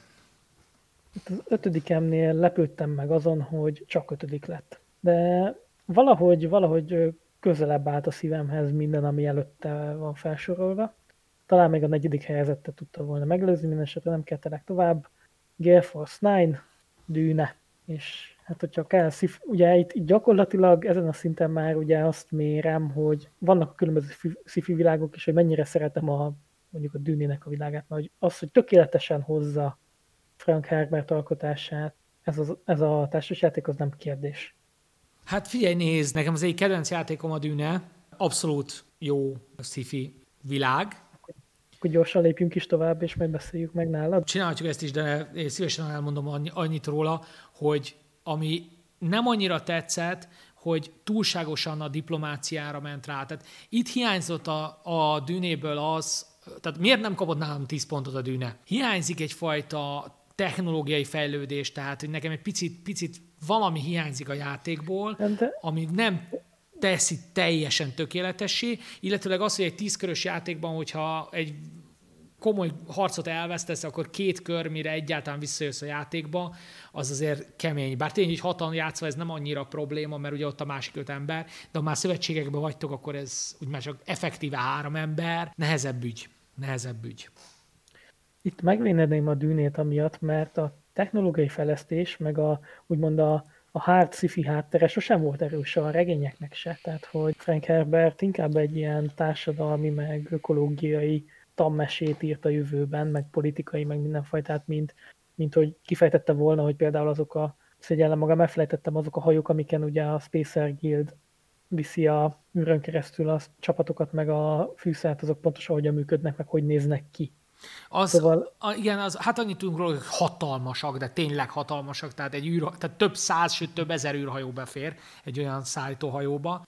Az 5-emnél lepődtem meg azon, hogy csak 5. lett. De valahogy közelebb állt a szívemhez minden, ami előtte van felsorolva. Talán még a 4. helyezettet tudta volna megelőzni, minden esetre nem kettelek tovább. Gale Force 9, Dűne. És hát, hogyha kell, ugye itt gyakorlatilag ezen a szinten már ugye azt mérem, hogy vannak a különböző sci-fi világok, és hogy mennyire szeretem mondjuk a Dűnének a világát, mert az, hogy tökéletesen hozza Frank Herbert alkotását, ez a társasjáték, az nem kérdés. Hát figyelj, nézd, nekem az egyik kedvenc játékom a Dűne, abszolút jó sci-fi világ. Akkor gyorsan lépjünk is tovább, és majd beszéljük meg nálad. Csinálhatjuk ezt is, de én szívesen elmondom annyit róla, hogy ami nem annyira tetszett, hogy túlságosan a diplomáciára ment rá. Tehát itt hiányzott a Dűnéből az, tehát miért nem kapott nálam 10 pontot a Dűne? Hiányzik egyfajta technológiai fejlődés, tehát hogy nekem egy picit valami hiányzik a játékból, ami nem teszi teljesen tökéletessé, illetőleg az, hogy egy 10 körös játékban, hogyha egy komoly harcot elvesztesz, akkor 2 kör, mire egyáltalán visszajössz a játékba, az azért kemény. Bár tényleg, hogy 6-an játszva ez nem annyira probléma, mert ugye ott a másik 5 ember, de ha már szövetségekben vagytok, akkor ez úgy már csak effektíve 3 ember, nehezebb ügy. Itt megvédném a Dűnét amiatt, mert a technológiai fejlesztés, meg úgymond a hard sci-fi háttere sosem volt erős a regényeknek se. Tehát, hogy Frank Herbert inkább egy ilyen társadalmi, meg ökológiai tanmesét írt a jövőben, meg politikai, meg mindenfajtát, mint hogy kifejtette volna, hogy például szégyellem magam, megfelejtettem azok a hajók, amiken ugye a Spacer Guild viszi a űrön keresztül a csapatokat, meg a fűszert, azok pontosan hogyan működnek, meg hogy néznek ki. Hát annyit tudunk róla, hogy hatalmasak, de tényleg hatalmasak, tehát tehát több 100, sőt több 1000 űrhajó befér egy olyan szállítóhajóba,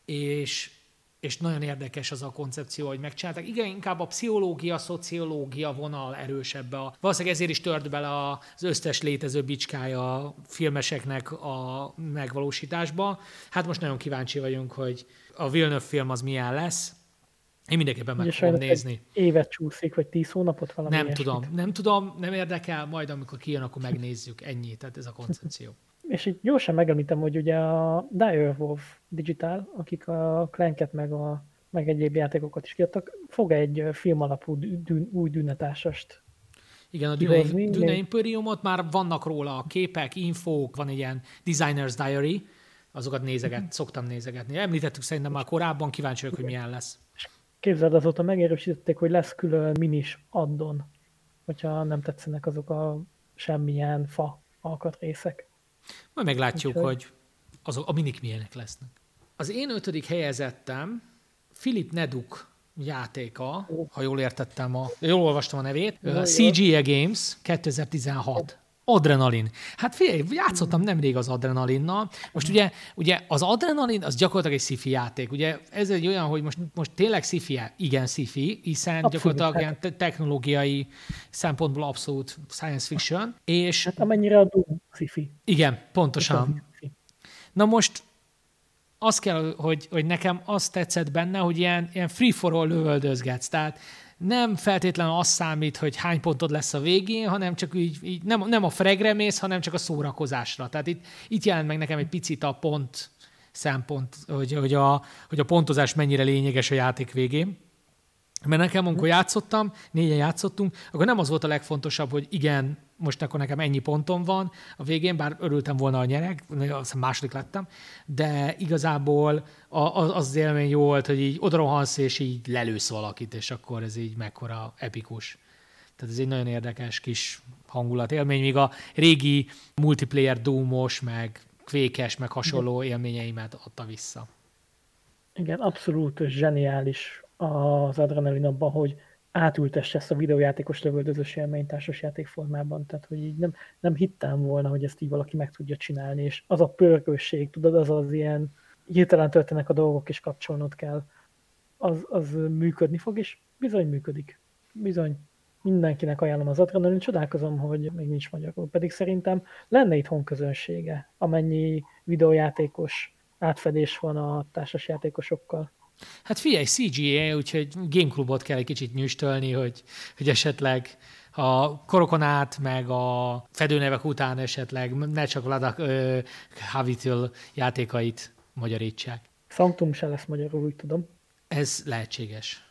és nagyon érdekes az a koncepció, hogy megcsinálták. Igen, inkább a pszichológia, szociológia vonal erősebb. Valószínűleg ezért is tört bele az összes létező bicskája a filmeseknek a megvalósításba. Hát most nagyon kíváncsi vagyunk, hogy a Villeneuve film az milyen lesz. Én mindenképpen meg fogom nézni. Évet csúszik, vagy 10 hónapot valami Nem tudom, nem érdekel, majd amikor kijön, akkor megnézzük. Ennyi, tehát ez a koncepció. És így gyorsan megemlítem, hogy ugye a Direwolf Digital, akik a Clanket meg egyéb játékokat is kiadtak, fog egy film alapú új Dűne-társast. Igen, a Dűne Imperiumot már vannak róla a képek, infók, van egy ilyen Designer's Diary, azokat szoktam nézegetni. Említettük szerintem már korábban, kíváncsi vagyok, hogy milyen lesz. Képzeld, azóta megerősítették, hogy lesz külön minis addon, hogyha nem tetszenek azok a semmilyen fa alkatrészek. Majd meglátjuk, hogy azok a minik milyenek lesznek. Az én 5. helyezettem Philip Neduk játéka, ha jól értettem, jól olvastam a nevét, CGA Games 2016. Adrenalin. Hát figyelj, játszottam nemrég az Adrenalinnal. Most ugye az Adrenalin az gyakorlatilag egy sci-fi játék. Ugye ez egy olyan, hogy most tényleg sci-fi, igen sci-fi, hiszen abszolút, gyakorlatilag ilyen technológiai szempontból abszolút science fiction. És hát amennyire a Doom sci-fi. Igen, pontosan. Na most az kell, hogy nekem azt tetszett benne, hogy ilyen free-for-all lövöldözgetsz. Tehát nem feltétlenül az számít, hogy hány pontod lesz a végén, hanem csak így nem a fregre mész, hanem csak a szórakozásra. Tehát itt jelent meg nekem egy picit a pont szempont, hogy a pontozás mennyire lényeges a játék végén. Mert nekem, amikor játszottam, 4-en játszottunk, akkor nem az volt a legfontosabb, hogy igen, most akkor nekem ennyi pontom van a végén, bár örültem volna a nyerek, aztán második lettem, de igazából az élmény jó volt, hogy így odarohansz, és így lelősz valakit, és akkor ez így mekkora epikus. Tehát ez egy nagyon érdekes kis hangulatélmény, míg a régi multiplayer Doom-os, meg Quake-es, meg hasonló élményeimet adta vissza. Igen, abszolút zseniális az adrenalin abban, hogy átültesse ezt a videójátékos lövöldözős élményt társasjáték formában. Tehát, hogy így nem hittem volna, hogy ezt így valaki meg tudja csinálni, és az a pörgőség, tudod, az ilyen hirtelen történnek a dolgok, és kapcsolnod kell, az működni fog, és bizony működik. Bizony. Mindenkinek ajánlom az adrenalin, csodálkozom, hogy még nincs magyarul, pedig szerintem lenne itthon közönsége, amennyi videójátékos átfedés van a társasjátékosokkal. Hát figyelj, CGA, úgyhogy Gameclubot kell egy kicsit nyüstölni, hogy esetleg a korokon át, meg a fedőnevek után esetleg ne csak Vladak Havitl játékait magyarítsák. Sanctum se lesz magyarul, úgy tudom. Ez lehetséges.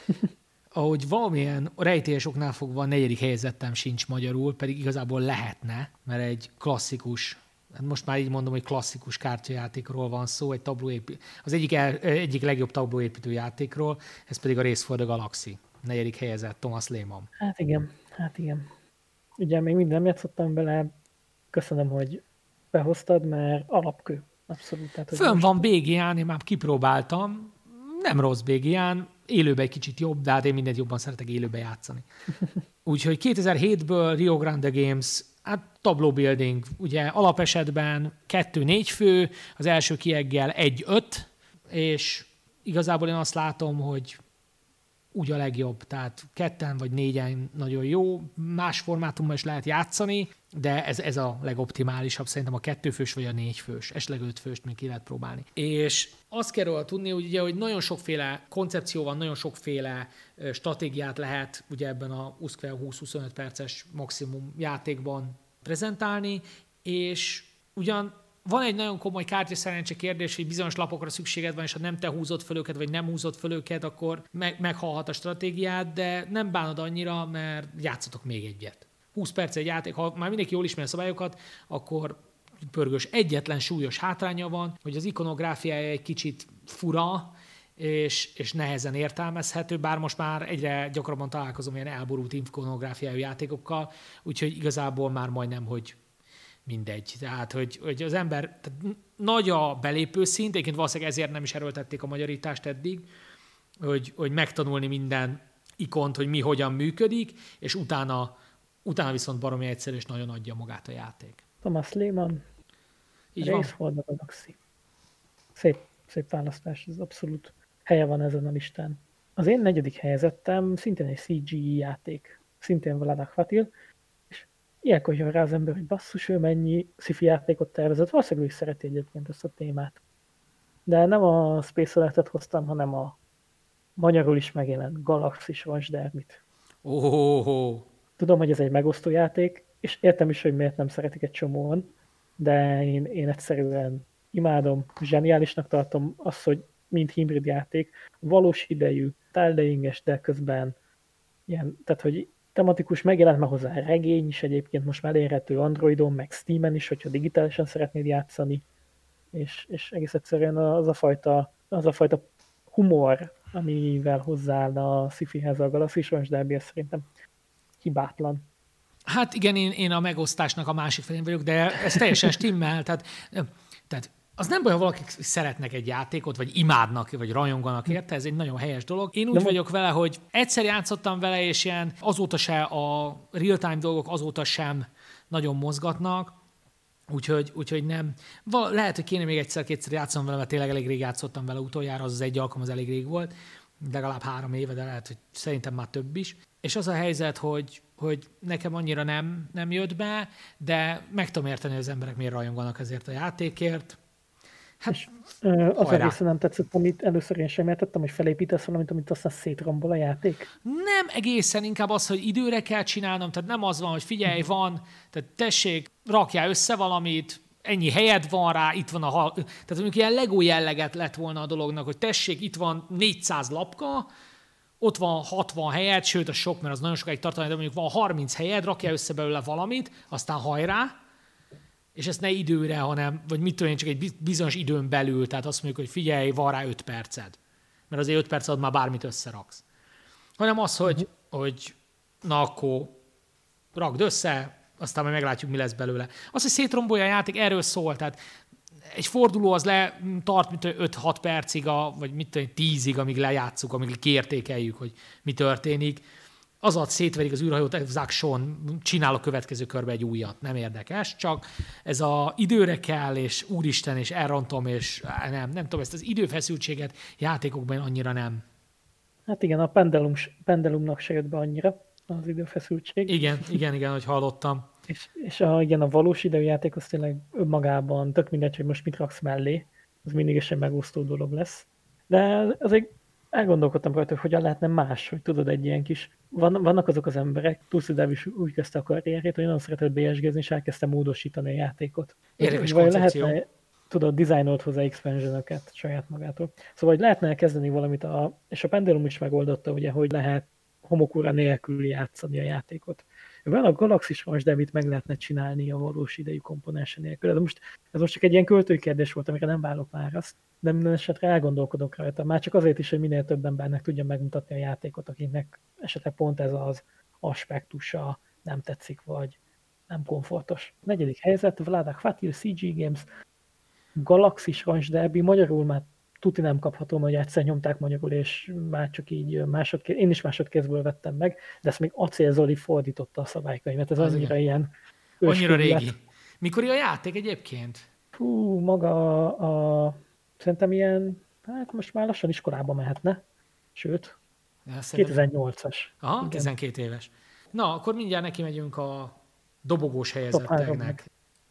Ahogy valamilyen rejtélyes oknál fogva a 4. helyezettem sincs magyarul, pedig igazából lehetne, mert egy klasszikus, most már így mondom, hogy klasszikus kártyajátékról van szó, az egyik legjobb tablóépítő játékról, ez pedig a Race for the Galaxy. 4. helyezett Thomas Lehmann. Hát igen. Ugye még minden nem játszottam bele, köszönöm, hogy behoztad, mert alapkő. Abszolút. Tehát, fönn van BGA-n, én már kipróbáltam, nem rossz BGA-n, élőben egy kicsit jobb, de hát én mindent jobban szeretek élőben játszani. Úgyhogy 2007-ből Rio Grande Games, hát tableau building, ugye alapesetben 2-4 fő, az első kieggel 1-5, és igazából én azt látom, hogy úgy a legjobb, tehát 2 vagy 4 nagyon jó, más formátumban is lehet játszani, de ez a legoptimálisabb, szerintem a 2 fős vagy a 4 fős, esetleg 5 főst még ki lehet próbálni. És azt kell róla tudni, hogy ugye, hogy nagyon sokféle koncepció van, nagyon sokféle stratégiát lehet ugye ebben a 20-25 perces maximum játékban prezentálni, és ugyan van egy nagyon komoly kártyaszerencse kérdés, hogy bizonyos lapokra szükséged van, és ha nem te húzod föl őket, vagy nem húzod föl őket, akkor meghalhat a stratégiád, de nem bánod annyira, mert játszatok még egyet. 20 perc egy játék, ha már mindenki jól ismeri a szabályokat, akkor pörgős. Egyetlen súlyos hátránya van, hogy az ikonográfiája egy kicsit fura, és nehezen értelmezhető, bár most már egyre gyakrabban találkozom ilyen elborult ikonográfiájú játékokkal, úgyhogy igazából már majdnem, hogy mindegy. Tehát, hogy az ember, tehát nagy a belépőszint, egyébként valószínűleg ezért nem is erőltették a magyarítást eddig, hogy megtanulni minden ikont, hogy mi hogyan működik, és utána viszont baromi egyszerű, és nagyon adja magát a játék. Thomas Lehmann, Race for the Galaxy. Szép választás, ez abszolút helye van ezen a listán. Az én 4. helyezettem szintén egy CGI játék, szintén Vladak Havitl, és ilyenkor jön rá az ember, hogy basszus, ő mennyi sci-fi játékot tervezett, valószínűleg ő is szereti egyébként ezt a témát. De nem a Space Alertet hoztam, hanem a magyarul is megjelent Galaxis Vasdermit. Tudom, hogy ez egy megosztó játék, és értem is, hogy miért nem szeretik egy csomóan, de én egyszerűen imádom, zseniálisnak tartom azt, hogy mint hibrid játék, valós idejű, tile-layinges, de közben ilyen, tehát hogy tematikus, megjelent már hozzá regény is egyébként, most már elérhető Androidon, meg Steamen is, hogyha digitálisan szeretnéd játszani, és egész egyszerűen az a fajta humor, amivel hozzáállna a sci-fihez a Galaxis Vasdermi, ez szerintem hibátlan. Hát igen, én a megosztásnak a másik felén vagyok, de ez teljesen stimmel, tehát az nem baj, ha valakik szeretnek egy játékot, vagy imádnak, vagy rajonganak érte, ez egy nagyon helyes dolog. Én úgy vagyok vele, hogy egyszer játszottam vele, és ilyen azóta se a real-time dolgok azóta sem nagyon mozgatnak, úgyhogy nem. Lehet, hogy kéne még egyszer-kétszer játszanom vele, mert tényleg elég rég játszottam vele utoljára, az egy alkalom, az elég rég volt, legalább 3 éve, de lehet, hogy szerintem már több is. És az a helyzet, hogy nekem annyira nem jött be, de meg tudom érteni, hogy az emberek miért rajonganak ezért a játékért. Hát, az egészen nem tetszett, amit először én sem értettem, hogy felépítesz valamit, amit aztán szétrombol a játék. Nem egészen, inkább az, hogy időre kell csinálnom, tehát nem az van, hogy figyelj, van, tehát tessék, rakjál össze valamit, ennyi helyed van rá, itt van tehát mondjuk ilyen Lego jelleget lett volna a dolognak, hogy tessék, itt van 400 lapka, ott van 60 helyed, sőt, az sok, mert az nagyon sokáig tartani, de mondjuk van 30 helyed, rakjál össze belőle valamit, aztán hajrá, és ezt ne időre, hanem, vagy mit tudom én, csak egy bizonyos időn belül, tehát azt mondjuk, hogy figyelj, van rá 5 perced. Mert azért 5 perc alatt már bármit összeraksz. Hanem az, hogy na akkor rakd össze, aztán majd meglátjuk, mi lesz belőle. Az, hogy szétrombolja a játék, erről szól. Tehát egy forduló az tart 5-6 percig, vagy mit tudom, 10-ig, amíg lejátszuk, amíg kiértékeljük, hogy mi történik. Az alatt szétverik az űrhajót, Zakson csinál a következő körbe egy újat. Nem érdekes, csak ez az időre kell, és úristen, és elrontom, és nem tudom, ezt az időfeszültséget játékokban annyira nem. Hát igen, a pendulumnak se jött be annyira az időfeszültség. Igen, hogy hallottam. És igen, a valós időjáték az tényleg önmagában tök mindegy, hogy most mit raksz mellé, az mindig is egy megosztó dolog lesz. De azért elgondolkodtam rajta, hogy hogyan lehetne más, hogy tudod, egy ilyen kis... Vannak azok az emberek, Tulsi is úgy kezdte a karrierjét, hogy nagyon szeretett BSG-zni, és elkezdte módosítani a játékot. Érdekes koncepció. Lehetne, tudod, dizájnolt hozzá expansion-öket saját magától. Szóval, hogy lehetne elkezdeni valamit, és a Pendulum is megoldotta, ugye, hogy lehet homokúra nélkül játszani a játékot. Van a Galaxis Range, amit meg lehetne csinálni a valós idejű komponense nélkül. De ez most csak egy ilyen költői kérdés volt, amire nem válok választ, de minden esetre elgondolkodok rajta. Már csak azért is, hogy minél több embernek tudja megmutatni a játékot, akiknek esetleg pont ez az aspektusa nem tetszik, vagy nem komfortos. 4. helyzet, Vlada Kvatil, CG Games, Galaxis Range Derby, magyarul már tuti nem kaphatom, hogy egyszer nyomták magyarul, és már csak így én is másodkézből vettem meg, de ezt még Acél Zoli fordította a szabálykönyvet, ez annyira ilyen... Annyira régi. Mikor a játék egyébként? Hú, maga szerintem ilyen, hát most már lassan iskolába mehetne, sőt, 2008-as. Aha, igen. 12 éves. Na, akkor mindjárt neki megyünk a dobogós helyezetteknek.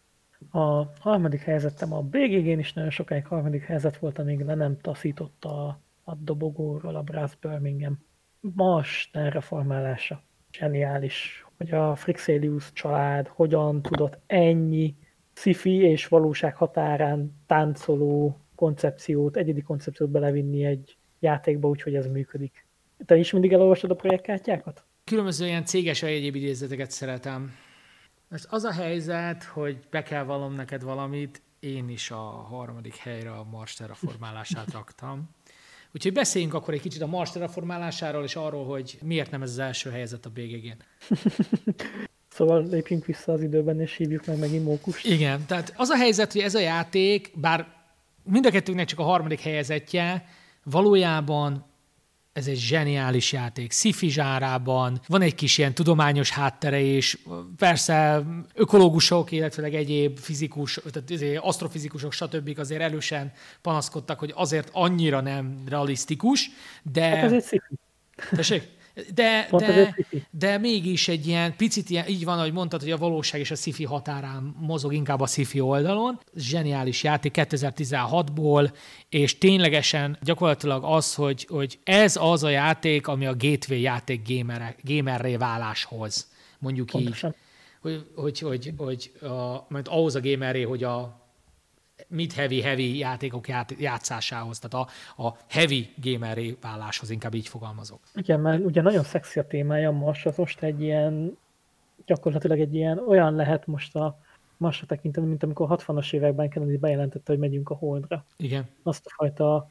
A 3. helyezettem a BGG-n is nagyon sokáig 3. helyzet volt, amíg nem taszította a dobogóról a Brass Birmingham. Mars terraformálása. Zseniális, hogy a Frixelius család hogyan tudott ennyi sci-fi és valóság határán táncoló koncepciót, egyedi koncepciót belevinni egy játékba, úgyhogy ez működik. Te is mindig elolvasod a projektkártyákat? Különböző ilyen céges vagy egyéb idézeteket szeretem. Most az a helyzet, hogy be kell vallom neked valamit, én is a 3. helyre a Mars terraformálását raktam. Úgyhogy beszéljünk akkor egy kicsit a Mars terraformálásáról, és arról, hogy miért nem ez az első helyzet a BGG-n. Szóval lépjünk vissza az időben, és hívjuk meg megint Mókust. Igen, tehát az a helyzet, hogy ez a játék, bár mind a kettőnknek csak a 3. helyezetje, valójában ez egy zseniális játék, sci-fi zsárában, van egy kis ilyen tudományos háttere is, persze ökológusok, illetve egyéb fizikus, tehát asztrofizikusok, stb. Azért erősen panaszkodtak, hogy azért annyira nem realisztikus, de... Hát ez egy sci-fi. Tessék? De mégis egy ilyen picit ilyen, így van, ahogy mondtad, hogy a valóság és a sci-fi határán mozog, inkább a sci-fi oldalon. Zseniális játék 2016-ból, és ténylegesen gyakorlatilag az, hogy ez az a játék, ami a gateway játék gamerré váláshoz. Mondjuk pontosan. Így, mert ahhoz a gamerré, hogy a mid-heavy játékok játszásához, tehát a heavy gamerré váláshoz, inkább így fogalmazok. Igen, mert ugye nagyon szexi a témája, most egy ilyen, gyakorlatilag egy ilyen, olyan lehet most a Marsra tekinteni, mint amikor 60-as években Kennedy bejelentette, hogy megyünk a Holdra. Igen. Azt a fajta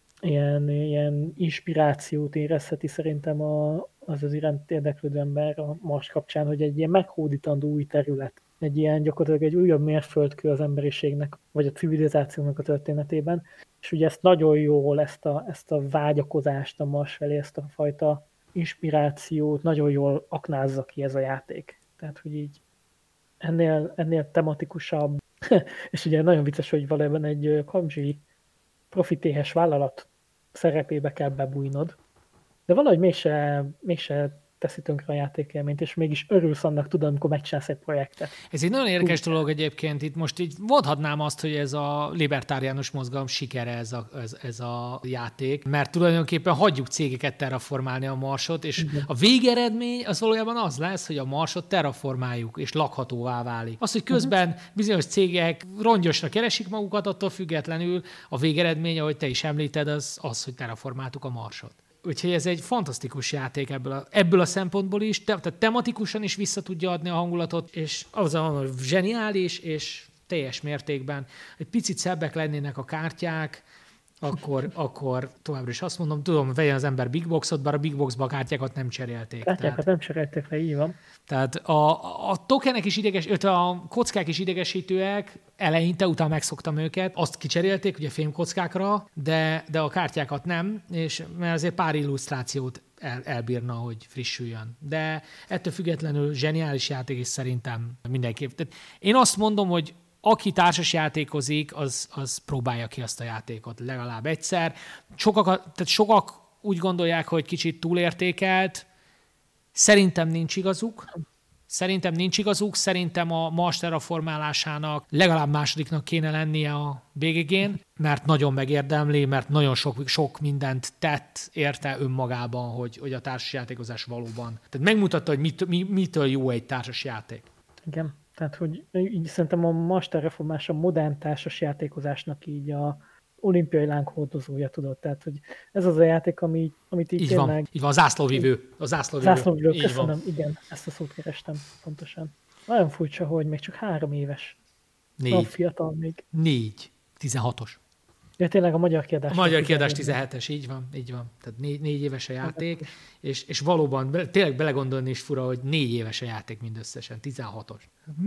ilyen inspirációt érezheti szerintem az iránt érdeklődő ember a Mars kapcsán, hogy egy ilyen meghódítandó új terület. Egy ilyen gyakorlatilag egy újabb mérföldkő az emberiségnek, vagy a civilizációnak a történetében. És ugye ezt nagyon jól, ezt a vágyakozást a Mars felé, ezt a fajta inspirációt nagyon jól aknázza ki ez a játék. Tehát, hogy így ennél tematikusabb, és ugye nagyon vicces, hogy valójában egy PUBG profitéhes vállalat szerepébe kell bebújnod, de valahogy mégse teszi tönkre a játékélményt, és mégis örülsz annak, tudod, amikor megcsinálsz egy projektet. Ez egy nagyon érdekes dolog egyébként. Itt most így mondhatnám azt, hogy ez a libertáriánus mozgalom sikere ez a játék, mert tulajdonképpen hagyjuk cégeket terraformálni a Marsot, és a végeredmény az valójában az lesz, hogy a Marsot terraformáljuk, és lakhatóvá válik. Az, hogy közben bizonyos cégek rongyosra keresik magukat, attól függetlenül a végeredmény, ahogy te is említed, az, hogy terraformáltuk a Marsot. Úgyhogy ez egy fantasztikus játék ebből a szempontból is, tehát tematikusan is vissza tudja adni a hangulatot, és az a zseniális, és teljes mértékben. Egy picit szebbek lennének a kártyák, akkor továbbra is azt mondom, tudom, vegyen az ember Big Boxot, bár a Big Boxba a kártyákat nem cserélték. Kártyákat nem cserélték le, így van. Tehát a tokenek is a kockák is idegesítőek, eleinte, utána megszoktam őket, azt kicserélték ugye fémkockákra, de a kártyákat nem, és mert azért pár illusztrációt elbírna, hogy frissüljön. De ettől függetlenül zseniális játék, és szerintem mindenképp. Tehát én azt mondom, hogy aki társasjátékozik, az próbálja ki azt a játékot legalább egyszer. Sokak úgy gondolják, hogy kicsit túlértékelt. Szerintem nincs igazuk. Szerintem a Mars terraformálásának legalább másodiknak kéne lennie a BGG-n, mert nagyon megérdemli, mert nagyon sok mindent tett érte önmagában, hogy a társasjátékozás valóban. Tehát megmutatta, hogy mitől jó egy társasjáték. Igen. Tehát, hogy így szerintem a Mars terraformás a modern társasjátékozásnak így a olimpiai lánghordozója, tudod. Tehát, hogy ez az a játék, amit így tényleg... Így van, a zászlóvivő. Zászlóvivő, köszönöm, igen, ezt a szót kerestem pontosan. Nagyon furcsa, hogy még csak 3 éves. 4. Nagyon fiatal még. 4. 16-os. Ja, tényleg a magyar kiadás. A magyar kiadás 17-es, így van. Tehát 4 éves a játék, és valóban tényleg belegondolni is fura, hogy 4 éves a játék mindösszesen, 16-os.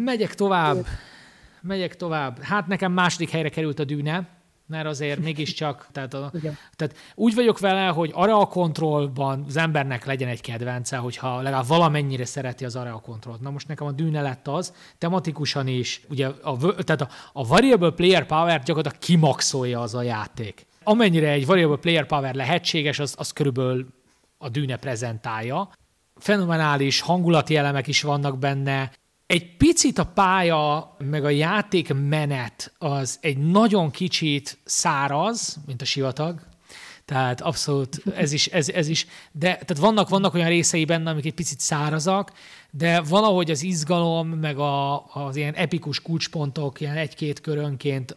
Megyek tovább. Hát nekem második helyre került a Dűne, mert azért mégiscsak, tehát úgy vagyok vele, hogy Area Controlban az embernek legyen egy kedvence, hogyha legalább valamennyire szereti az Area Controlt. Na most nekem a Dűne lett az, tematikusan is, ugye tehát a Variable Player Power gyakorlatilag kimaxolja az a játék. Amennyire egy Variable Player Power lehetséges, az körülbelül a Dűne prezentálja. Fenomenális hangulati elemek is vannak benne. Egy picit a pálya, meg a játékmenet az egy nagyon kicsit száraz, mint a sivatag. Tehát abszolút ez is. De tehát vannak olyan részei benne, amik egy picit szárazak, de valahogy az izgalom, meg az ilyen epikus kulcspontok, ilyen 1-2 körönként,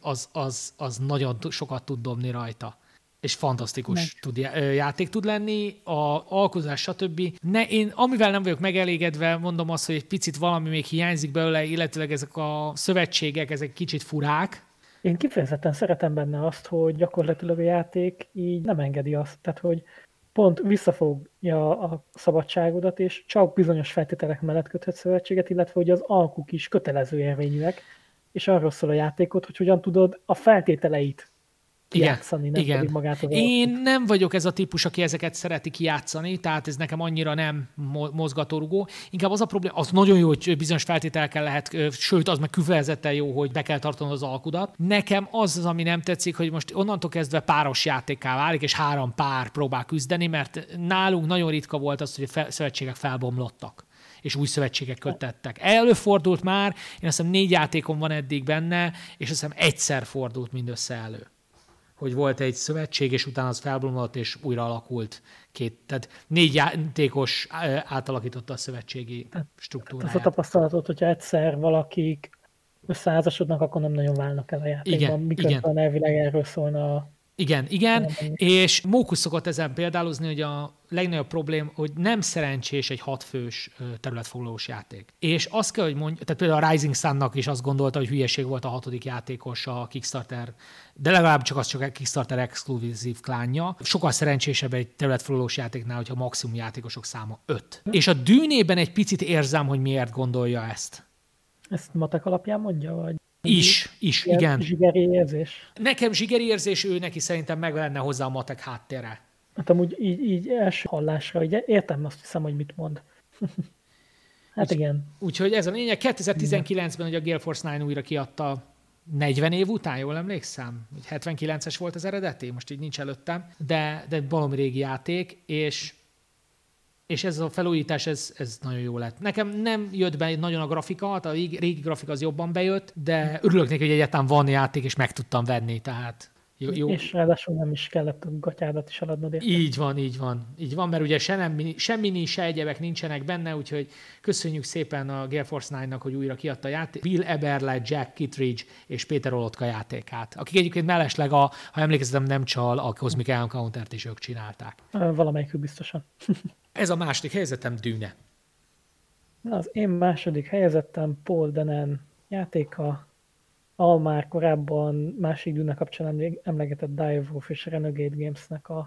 az nagyon sokat tud dobni rajta. És fantasztikus játék tud lenni, a alkozás, stb. Én amivel nem vagyok megelégedve, mondom azt, hogy egy picit valami még hiányzik belőle, illetőleg ezek a szövetségek, ezek kicsit furák. Én kifejezetten szeretem benne azt, hogy gyakorlatilag a játék így nem engedi azt, tehát hogy pont visszafogja a szabadságodat, és csak bizonyos feltételek mellett köthet szövetséget, illetve hogy az alkuk is kötelező érvényűek, és arról szól a játékot, hogy hogyan tudod a feltételeit kijátszani, nem pedig magát az Én nem vagyok ez a típus, aki ezeket szereti kijátszani, tehát ez nekem annyira nem mozgatórugó. Inkább az a probléma, az nagyon jó, hogy bizonyos feltételekkel lehet, sőt, az meg kifejezetten jó, hogy be kell tartanod az alkudat. Nekem az, ami nem tetszik, hogy most onnantól kezdve páros játékká válik, és 3 pár próbál küzdeni, mert nálunk nagyon ritka volt az, hogy a szövetségek felbomlottak és új szövetségek köttettek. Előfordult már, én azt hiszem 4 játékom van eddig benne, és azt hiszem egyszer fordult mindössze elő, hogy volt egy szövetség, és utána az felbomlott, és újra alakult tehát 4 játékos átalakította a szövetségi struktúráját. Az a tapasztalatot, hogyha egyszer valakik összeházasodnak, akkor nem nagyon válnak el a játékban, miközben elvileg erről szólna a... Igen, és Mókusz szokott ezen példálozni, hogy a legnagyobb problém, hogy nem szerencsés egy 6 fős területfoglalós játék. És azt kell, hogy mondja, tehát például a Rising Sun-nak is azt gondolta, hogy hülyeség volt a 6. játékos a Kickstarter, de legalább csak a Kickstarter exkluzív klánja. Sokkal szerencsésebb egy területfoglalós játéknál, hogyha maximum játékosok száma 5. És a Dűnében egy picit érzem, hogy miért gondolja ezt. Ezt matek alapján mondja, vagy? Is, igen. Zsigeri érzés? Nekem zsigeri érzés, ő neki szerintem meg lenne hozzá a matek háttere. Hát amúgy így első hallásra, így értem, azt hiszem, hogy mit mond. Hát igen. Úgyhogy ez a lényeg. 2019-ben ugye a Gale Force 9 újra kiadta 40 év után, jól emlékszem? 79-es volt az eredeti, most így nincs előttem, de baromi régi játék, és ez a felújítás, ez nagyon jó lett. Nekem nem jött be nagyon a grafika, a régi grafika az jobban bejött, de örülök neki, hogy egyáltalán van játék, és meg tudtam venni, tehát Jó. És ráadásul nem is kellett a gatyádat is eladnod érte. Így van, így van. Így van, mert ugye se mini, se egyebek nincsenek benne, úgyhogy köszönjük szépen a Gale Force 9-nak, hogy újra kiadta a játék. Bill Eberle, Jack Kittredge és Péter Olotka játékát, akik egyébként mellesleg, ha emlékeztem, nem csal, a Cosmic Encountert is ők csinálták. Valamelyikük biztosan. Ez a második helyzetem, Dűne. Az én második helyezettem Paul Dennen játéka, a már korábban másik Dune kapcsán emlegetett Direwolf és Renegade Gamesnek a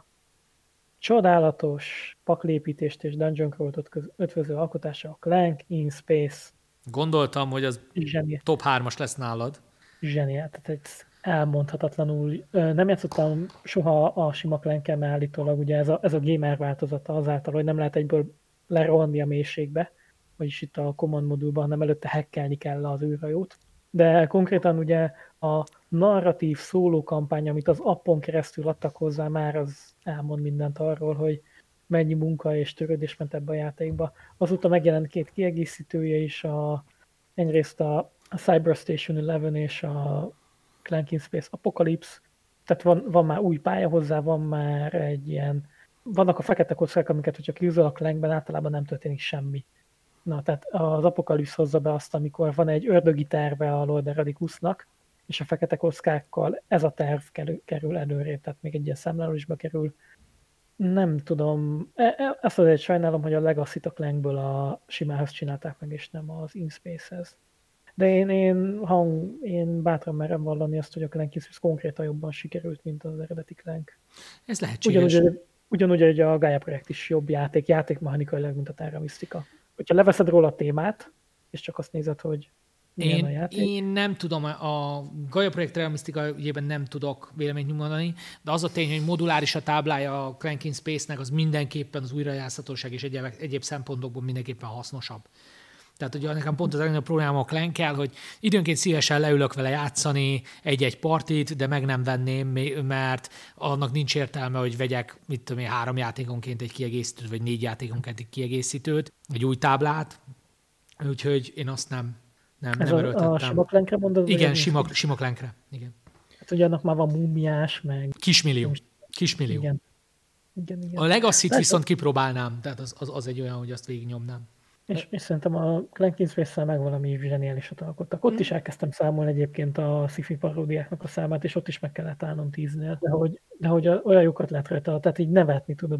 csodálatos paklépítést és dungeon crawlt ötvöző alkotása, a Clank in Space. Gondoltam, hogy az top 3-as lesz nálad. Zseniál, tehát egy elmondhatatlanul. Nem játszottam soha a sima Clank-el, mert állítólag ugye ez a gamer változata azáltal, hogy nem lehet egyből lerohanni a mélységbe, vagyis itt a command modulban, hanem előtte hackelni kell az űrhajót. De konkrétan ugye a narratív szóló kampány, amit az appon keresztül adtak hozzá, már az elmond mindent arról, hogy mennyi munka és törődés ment ebbe a játékba. Azóta megjelent 2 kiegészítője is, egyrészt a Cyber Station 11 és a Clank in Space Apocalypse, tehát van már új pálya hozzá, van már egy ilyen, vannak a fekete kockák, amiket, hogyha kiúzol a Clankben, általában nem történik semmi. Na, tehát az Apocalypse hozza be azt, amikor van egy ördögi terve a Lord Eradikusnak, és a fekete kockákkal ez a terv kerül előre, tehát még egy ilyen számlálósba kerül. Nem tudom, ezt azért sajnálom, hogy a Legacy-t a Clankből a simához csinálták meg, és nem az InSpace-hez. De én bátran merem vallani azt, hogy a Clank InSpace konkrétan jobban sikerült, mint az eredeti Clank. Ez lehetséges. Ugyanúgy, hogy a Gaia projekt is jobb játékmechanikailag, mint a Terra Mystica. Hogyha leveszed róla a témát, és csak azt nézed, hogy milyen a játék. Én nem tudom, a Gaia projekt Terra Mystica ügyében nem tudok véleményt mondani, de az a tény, hogy moduláris a táblája a Clank in Space-nek, az mindenképpen az újrajátszhatóság és egyéb szempontokból mindenképpen hasznosabb. Tehát ugye nekem pont az a problémám a Clank-kel, hogy időnként szívesen leülök vele játszani egy-egy partit, de meg nem venném, mert annak nincs értelme, hogy vegyek, 3 játékonként egy kiegészítőt, vagy 4 játékonként egy kiegészítőt, egy új táblát, úgyhogy én azt nem erőltettem. A sima Clankre mondod? Igen, sima Clankre. Igen. Hát ugye annak már van múmiás, meg... Kismillió. Igen. A Legacy-t viszont kipróbálnám, tehát az egy olyan, hogy azt végignyomnám. És szerintem a Clank in Space-szel meg valami zseniálisat alkottak. Ott is elkezdtem számolni egyébként a sci-fi paródiáknak a számát, és ott is meg kellett állnom 10-nél. De hogy olyan jókat lehet rajta, tehát így nevetni tudod,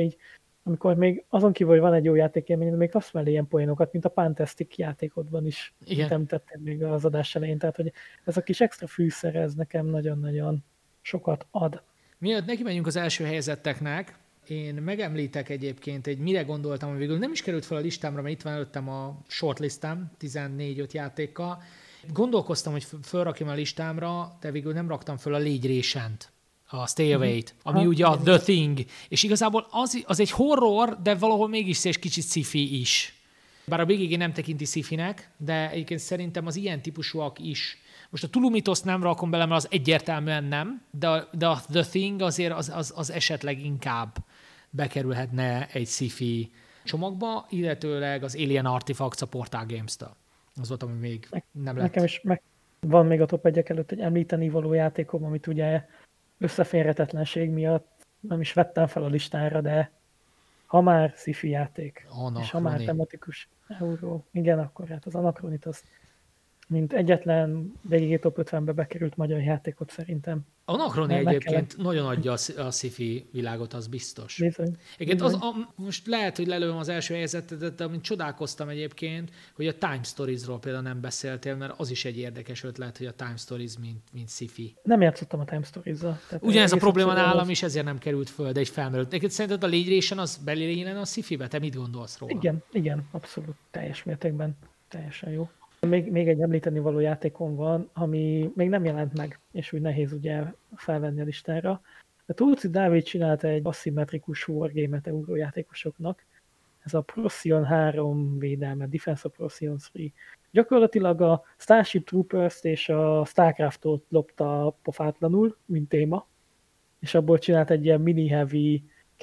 amikor még azon kívül, hogy van egy jó játékélmény, még kapsz mellé ilyen poénokat, mint a Fantastic játékodban is említettem még az adás elején. Tehát, hogy ez a kis extra fűszer, ez nekem nagyon-nagyon sokat ad. Mielőtt neki menjünk az első helyezetteknek, én megemlítek egyébként, hogy mire gondoltam, hogy végül nem is került fel a listámra, mert itt van előttem a shortlistem 14-5 játékkal. Gondolkoztam, hogy fölrakjam a listámra, de végül nem raktam föl a Légy Résent, a Stay Away-t, ami ugye a The Thing, és igazából az egy horror, de valahol mégis egy kicsit sci-fi is. Bár a BGG nem tekinti sci-finek, de egyébként szerintem az ilyen típusúak is. Most a Tulumitoszt nem rakom bele, mert az egyértelműen nem, de a The Thing azért az esetleg inkább bekerülhetne egy sci-fi csomagba, illetőleg az Alien Artifacts a Portal Games-től. Az volt, ami még nem lett. Nekem is van még a top 1-ek előtt egy említeni való játékom, amit ugye összeférhetetlenség miatt nem is vettem fel a listára, de ha már sci-fi játék, és ha már tematikus euró, igen, akkor hát az Anachronit mint egyetlen végig top 50-be bekerült magyar játékot szerintem. A Anachroni egyébként nagyon adja a sci-fi világot, az biztos. Bizony. Most lehet, hogy lelőm az első helyezetet, de amint csodálkoztam egyébként, hogy a Time Stories-ról például nem beszéltél, mert az is egy érdekes ötlet, hogy a Time Stories mint sci-fi. Nem játszottam a Time Stories-zal. Ugyanez a probléma nálam is, ezért nem került föl, de egy felmerült. Egyébként szerinted a Légy Résen az beléljen a sci-fibe? Te mit gondolsz róla? Igen, abszolút teljes mértékben. Teljesen jó. Még egy említeni való játékom van, ami még nem jelent meg, és úgy nehéz ugye felvenni a listára. De Turci Dávid csinált egy aszimmetrikus wargame-et eurójátékosoknak. Ez a Procyon 3 védelme, Defense of Procyon 3. Gyakorlatilag a Starship Troopers-t és a Starcraft-ot lopta pofátlanul, mint téma, és abból csinált egy ilyen mini-heavy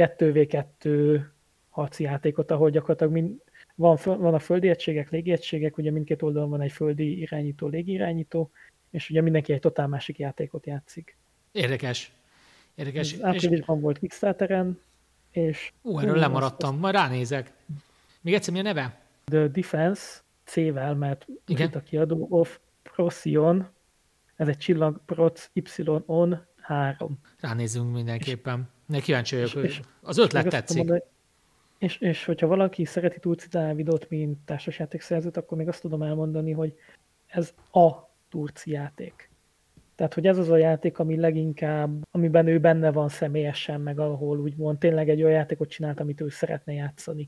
2v2 harci játékot, ahol gyakorlatilag van a földi egységek, légi egységek, ugye mindkét oldalon van egy földi irányító, légi irányító, és ugye mindenki egy totál másik játékot játszik. Érdekes. Ez áprilisban volt Kickstarteren, és... erről lemaradtam, majd ránézek. Még egyszer mi a neve? The Defense C-vel, mert itt a kiadó of Procyon, ez egy csillag Proc Y-on 3. Ránézzünk mindenképpen. Kíváncsi vagyok, hogy az ötlet tetszik. Mondani, és hogyha valaki szereti Turci Dávidot, mint társasjátékszerzőt, akkor még azt tudom elmondani, hogy ez a Turci játék. Tehát, hogy ez az a játék, ami leginkább, amiben ő benne van személyesen, meg ahol úgymond tényleg egy olyan játékot csinált, amit ő szeretne játszani.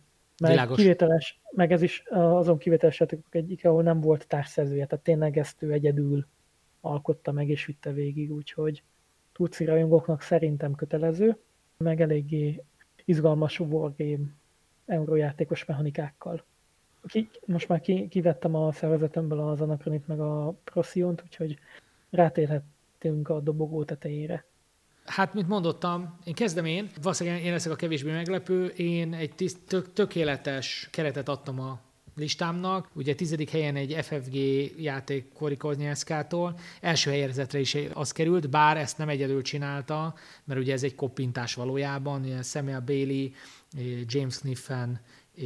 Meg ez is azon kivételes játékok egyik, ahol nem volt társszerzője, tehát tényleg ezt ő egyedül alkotta meg és vitte végig, úgyhogy Turci rajongóknak szerintem kötelező, meg eléggé izgalmas wargame eurójátékos mechanikákkal. Most már kivettem a szervezetemből az Anachronit meg a Procyont, úgyhogy rátérhetünk a dobogó tetejére. Hát, mint mondottam, én kezdem valószínűleg én leszek a kevésbé meglepő, én egy tökéletes keretet adtam a listámnak. Ugye 10. helyen egy FFG játék Cory Konieczkától, első helyezetre is az került, bár ezt nem egyedül csinálta, mert ugye ez egy koppintás valójában, ugye Samuel Bailey, James Kniffen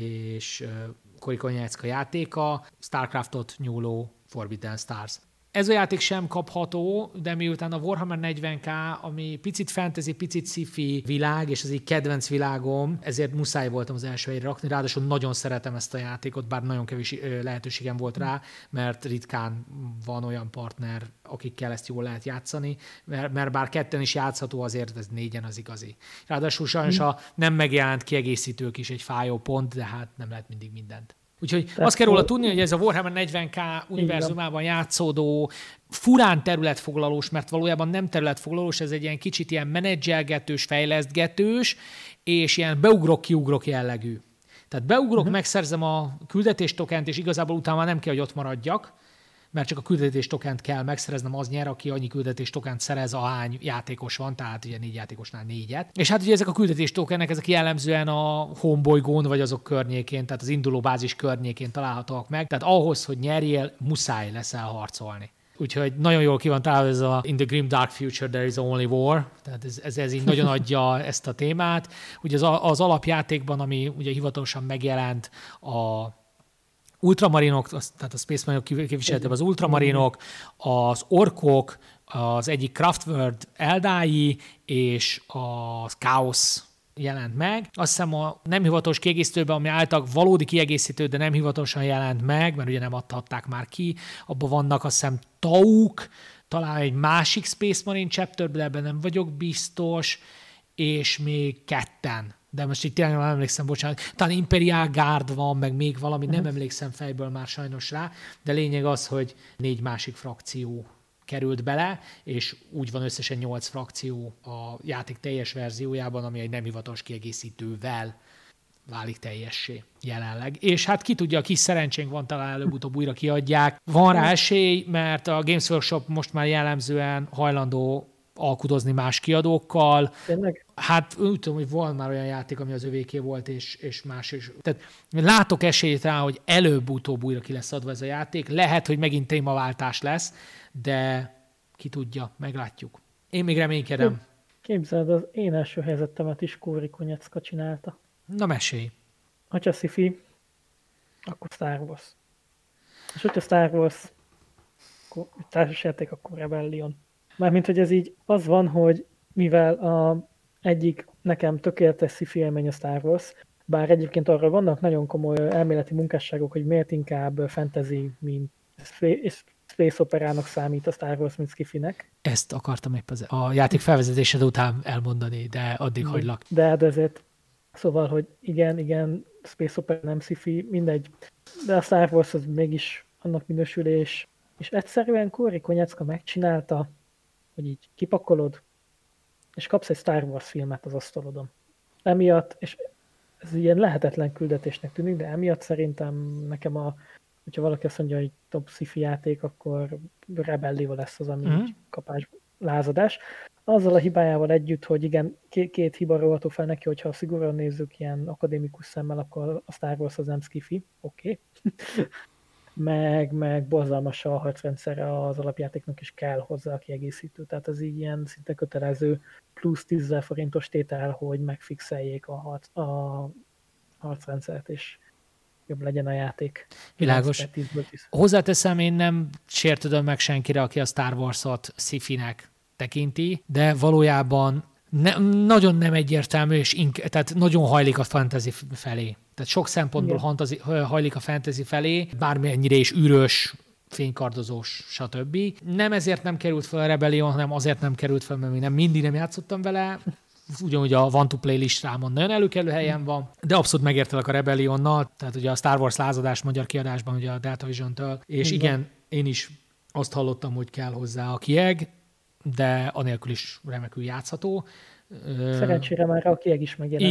és Cory Konieczka játéka, Starcraftot nyúló Forbidden Stars. Ez a játék sem kapható, de miután a Warhammer 40K, ami picit fantasy, picit sci-fi világ, és az így kedvenc világom, ezért muszáj voltam az első helyre rakni, ráadásul nagyon szeretem ezt a játékot, bár nagyon kevés lehetőségem volt rá, mert ritkán van olyan partner, akikkel ezt jól lehet játszani, mert bár ketten is játszható, azért ez 4-en az igazi. Ráadásul sajnos a nem megjelent kiegészítők is egy fájó pont, de hát nem lehet mindig mindent. Úgyhogy azt kell róla tudni, hogy ez a Warhammer 40K univerzumában játszódó, furán területfoglalós, mert valójában nem területfoglalós, ez egy ilyen kicsit ilyen menedzselgetős, fejlesztgetős, és ilyen beugrok-kiugrok jellegű. Tehát beugrok, megszerzem a küldetés tokent, és igazából utána már nem kell, hogy ott maradjak, mert csak a küldetés tokent kell megszereznem, az nyer, aki annyi küldetés tokent szerez, ahány játékos van, tehát ugye 4 játékosnál 4-et. És hát ugye ezek a küldetés tokenek, ezek jellemzően a homebolygón vagy azok környékén, tehát az induló bázis környékén találhatóak meg, tehát ahhoz, hogy nyerjél, muszáj leszel harcolni. Úgyhogy nagyon jól ki van találva ez a In the Grim Dark Future There is Only War, tehát ez így nagyon adja ezt a témát. Ugye az alapjátékban, ami ugye hivatalosan megjelent a ultramarinok, tehát a Space Marinok képviselete az ultramarinok, az orkok, az egyik Craftworld eldái és a Chaos jelent meg. Azt hiszem a nem hivatalos kiegészítőben, ami általában valódi kiegészítő, de nem hivatalosan jelent meg, mert ugye nem adhatták már ki, abban vannak azt hiszem Tauk, talán egy másik Space Marine chapter, de ebben nem vagyok biztos, és még ketten. De most itt tényleg nem emlékszem, bocsánat. Talán Imperial Guard van, meg még valami, nem emlékszem fejből már sajnos rá, de lényeg az, hogy 4 másik frakció került bele, és úgy van összesen 8 frakció a játék teljes verziójában, ami egy nem hivatalos kiegészítővel válik teljessé jelenleg. És hát ki tudja, a kis szerencsénk van, talán előbb-utóbb újra kiadják. Van rá esély, mert a Games Workshop most már jellemzően hajlandó alkudozni más kiadókkal. Tényleg? Hát úgy tudom, hogy van már olyan játék, ami az övéké volt, és más is. Tehát látok esélyt rá, hogy előbb-utóbb újra ki lesz adva ez a játék. Lehet, hogy megint témaváltás lesz, de ki tudja, meglátjuk. Én még reménykedem. Képzeld, az én első helyzetemet is Cory Konieczka csinálta. Na mesélj. Ha sci-fi, akkor Star Wars. És hogyha Star Wars társasjáték, akkor Rebellion. Mármint, hogy ez így az van, hogy mivel egyik nekem tökéletes sci-fi élmény a Star Wars, bár egyébként arra vannak nagyon komoly elméleti munkásságok, hogy miért inkább fantasy, mint space operának számít a Star Wars, mint sci-finek. Ezt akartam épp a játék felvezetésed után elmondani, de addig hagylak. De ezért, szóval, hogy igen, space opera nem sci-fi, mindegy, de a Star Wars az mégis annak minősülés, és egyszerűen Cory Konieczka megcsinálta, hogy így kipakolod, és kapsz egy Star Wars filmet az asztalodon. Emiatt, és ez ilyen lehetetlen küldetésnek tűnik, de emiatt szerintem nekem hogyha valaki azt mondja, hogy top sci-fi játék, akkor Rebellion lesz az, ami kapás lázadás. Azzal a hibájával együtt, hogy igen, két hiba róható fel neki, hogyha szigorúan nézzük ilyen akadémikus szemmel, akkor a Star Wars az nem sci-fi, oké. meg borzalmas a harcrendszerre az alapjátéknak is kell hozzá a kiegészítő. Tehát ez így ilyen szinte kötelező plusz 10 000 forintos tétel, hogy megfixeljék a harcrendszert, és jobb legyen a játék. Világos. Hozzáteszem, én nem sértődöm meg senkire, aki a Star Wars-ot sci-finek tekinti, de valójában nagyon nem egyértelmű, és tehát nagyon hajlik a fantasy felé. Tehát sok szempontból hajlik a fantasy felé, bármennyire is űrös, fénykardozós, stb. Nem ezért nem került fel a Rebellion, hanem azért nem került fel, mert mindig nem játszottam vele. Ugyanúgy a One to Play listámon nagyon előkelő helyen van, de abszolút megértelek a Rebellionnal, tehát ugye a Star Wars lázadás magyar kiadásban, ugye a Delta Vision-től, és igen, én is azt hallottam, hogy kell hozzá a kieg, de anélkül is remekül játszható. Szerencsére már a kieg is megjelent.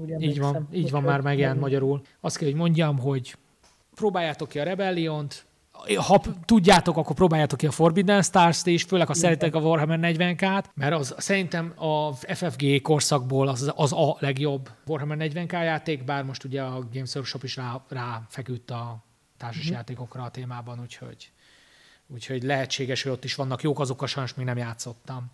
Így van, már megjelent magyarul. Azt kell, hogy mondjam, hogy próbáljátok ki a Rebelliont, ha tudjátok, akkor próbáljátok ki a Forbidden Stars-t is, főleg ha szeretitek a Warhammer 40K-t, mert az szerintem a FFG korszakból az a legjobb Warhammer 40K játék, bár most ugye a Games Workshop is ráfeküdt a társasjátékokra a témában, úgyhogy lehetséges, hogy ott is vannak jók, azokkal sajnos még nem játszottam.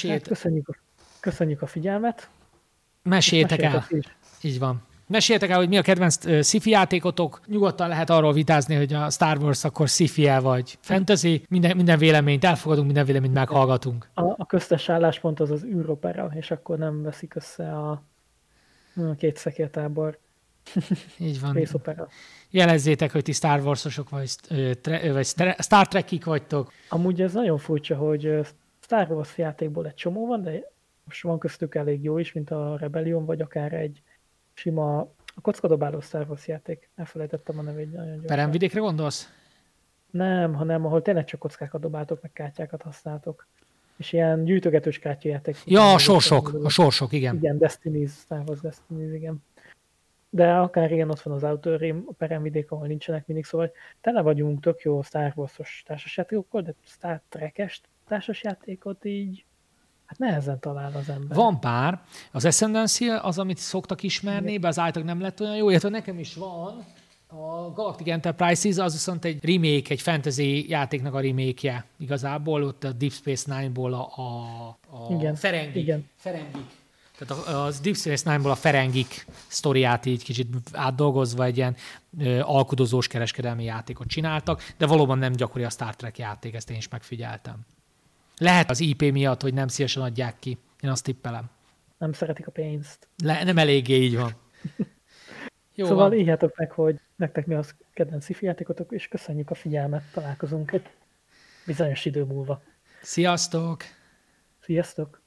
Köszönjük a figyelmet. Meséljétek el. Így van. Meséljétek el, hogy mi a kedvenc sci-fi játékotok. Nyugodtan lehet arról vitázni, hogy a Star Wars akkor sci-fi-e vagy fantasy. Minden véleményt elfogadunk, minden véleményt meghallgatunk. A köztes álláspont az űropera, és akkor nem veszik össze a két szekértábor. Így van. Részopera. Jelezzétek, hogy ti Star Wars-osok vagy Star Trek-ik vagytok. Amúgy ez nagyon furcsa, hogy Star Wars játékból egy csomó van, de most van köztük elég jó is, mint a Rebellion, vagy akár egy sima, a kockadobáló Star Wars játék. Elfelejtettem a nevét nagyon gyorsan. Peremvidékre gondolsz? Nem, hanem ahol tényleg csak kockákat dobáltok, meg kártyákat használtok. És ilyen gyűjtögetős kártyajáték. Ja, a sorsok, igen. Igen, Star Wars Destinies, igen. De akár igen, ott van az Outer Rim, a peremvidék, ahol nincsenek mindig, szóval tele vagyunk tök jó Star Wars-os társasjátékokkal, de Star Trek-es társasjátékot így hát nehezen talál az ember. Van pár. Az Ascendancy az, amit szoktak ismerni, de az által nem lett olyan jó, illetve nekem is van. A Galactic Enterprises az viszont egy remake, egy fantasy játéknak a remake-je igazából, ott a Deep Space Nine-ból a Ferengik. Tehát a Deep Space Nine-ból a Ferengik sztoriát így kicsit átdolgozva egy ilyen alkudozós kereskedelmi játékot csináltak, de valóban nem gyakori a Star Trek játék, ezt én is megfigyeltem. Lehet az IP miatt, hogy nem szívesen adják ki. Én azt tippelem. Nem szeretik a pénzt. Nem eléggé, így van. Jó, szóval írjátok meg, hogy nektek mi az kedvenc sci-fi játékotok, és köszönjük a figyelmet. Találkozunk egy bizonyos idő múlva. Sziasztok! Sziasztok!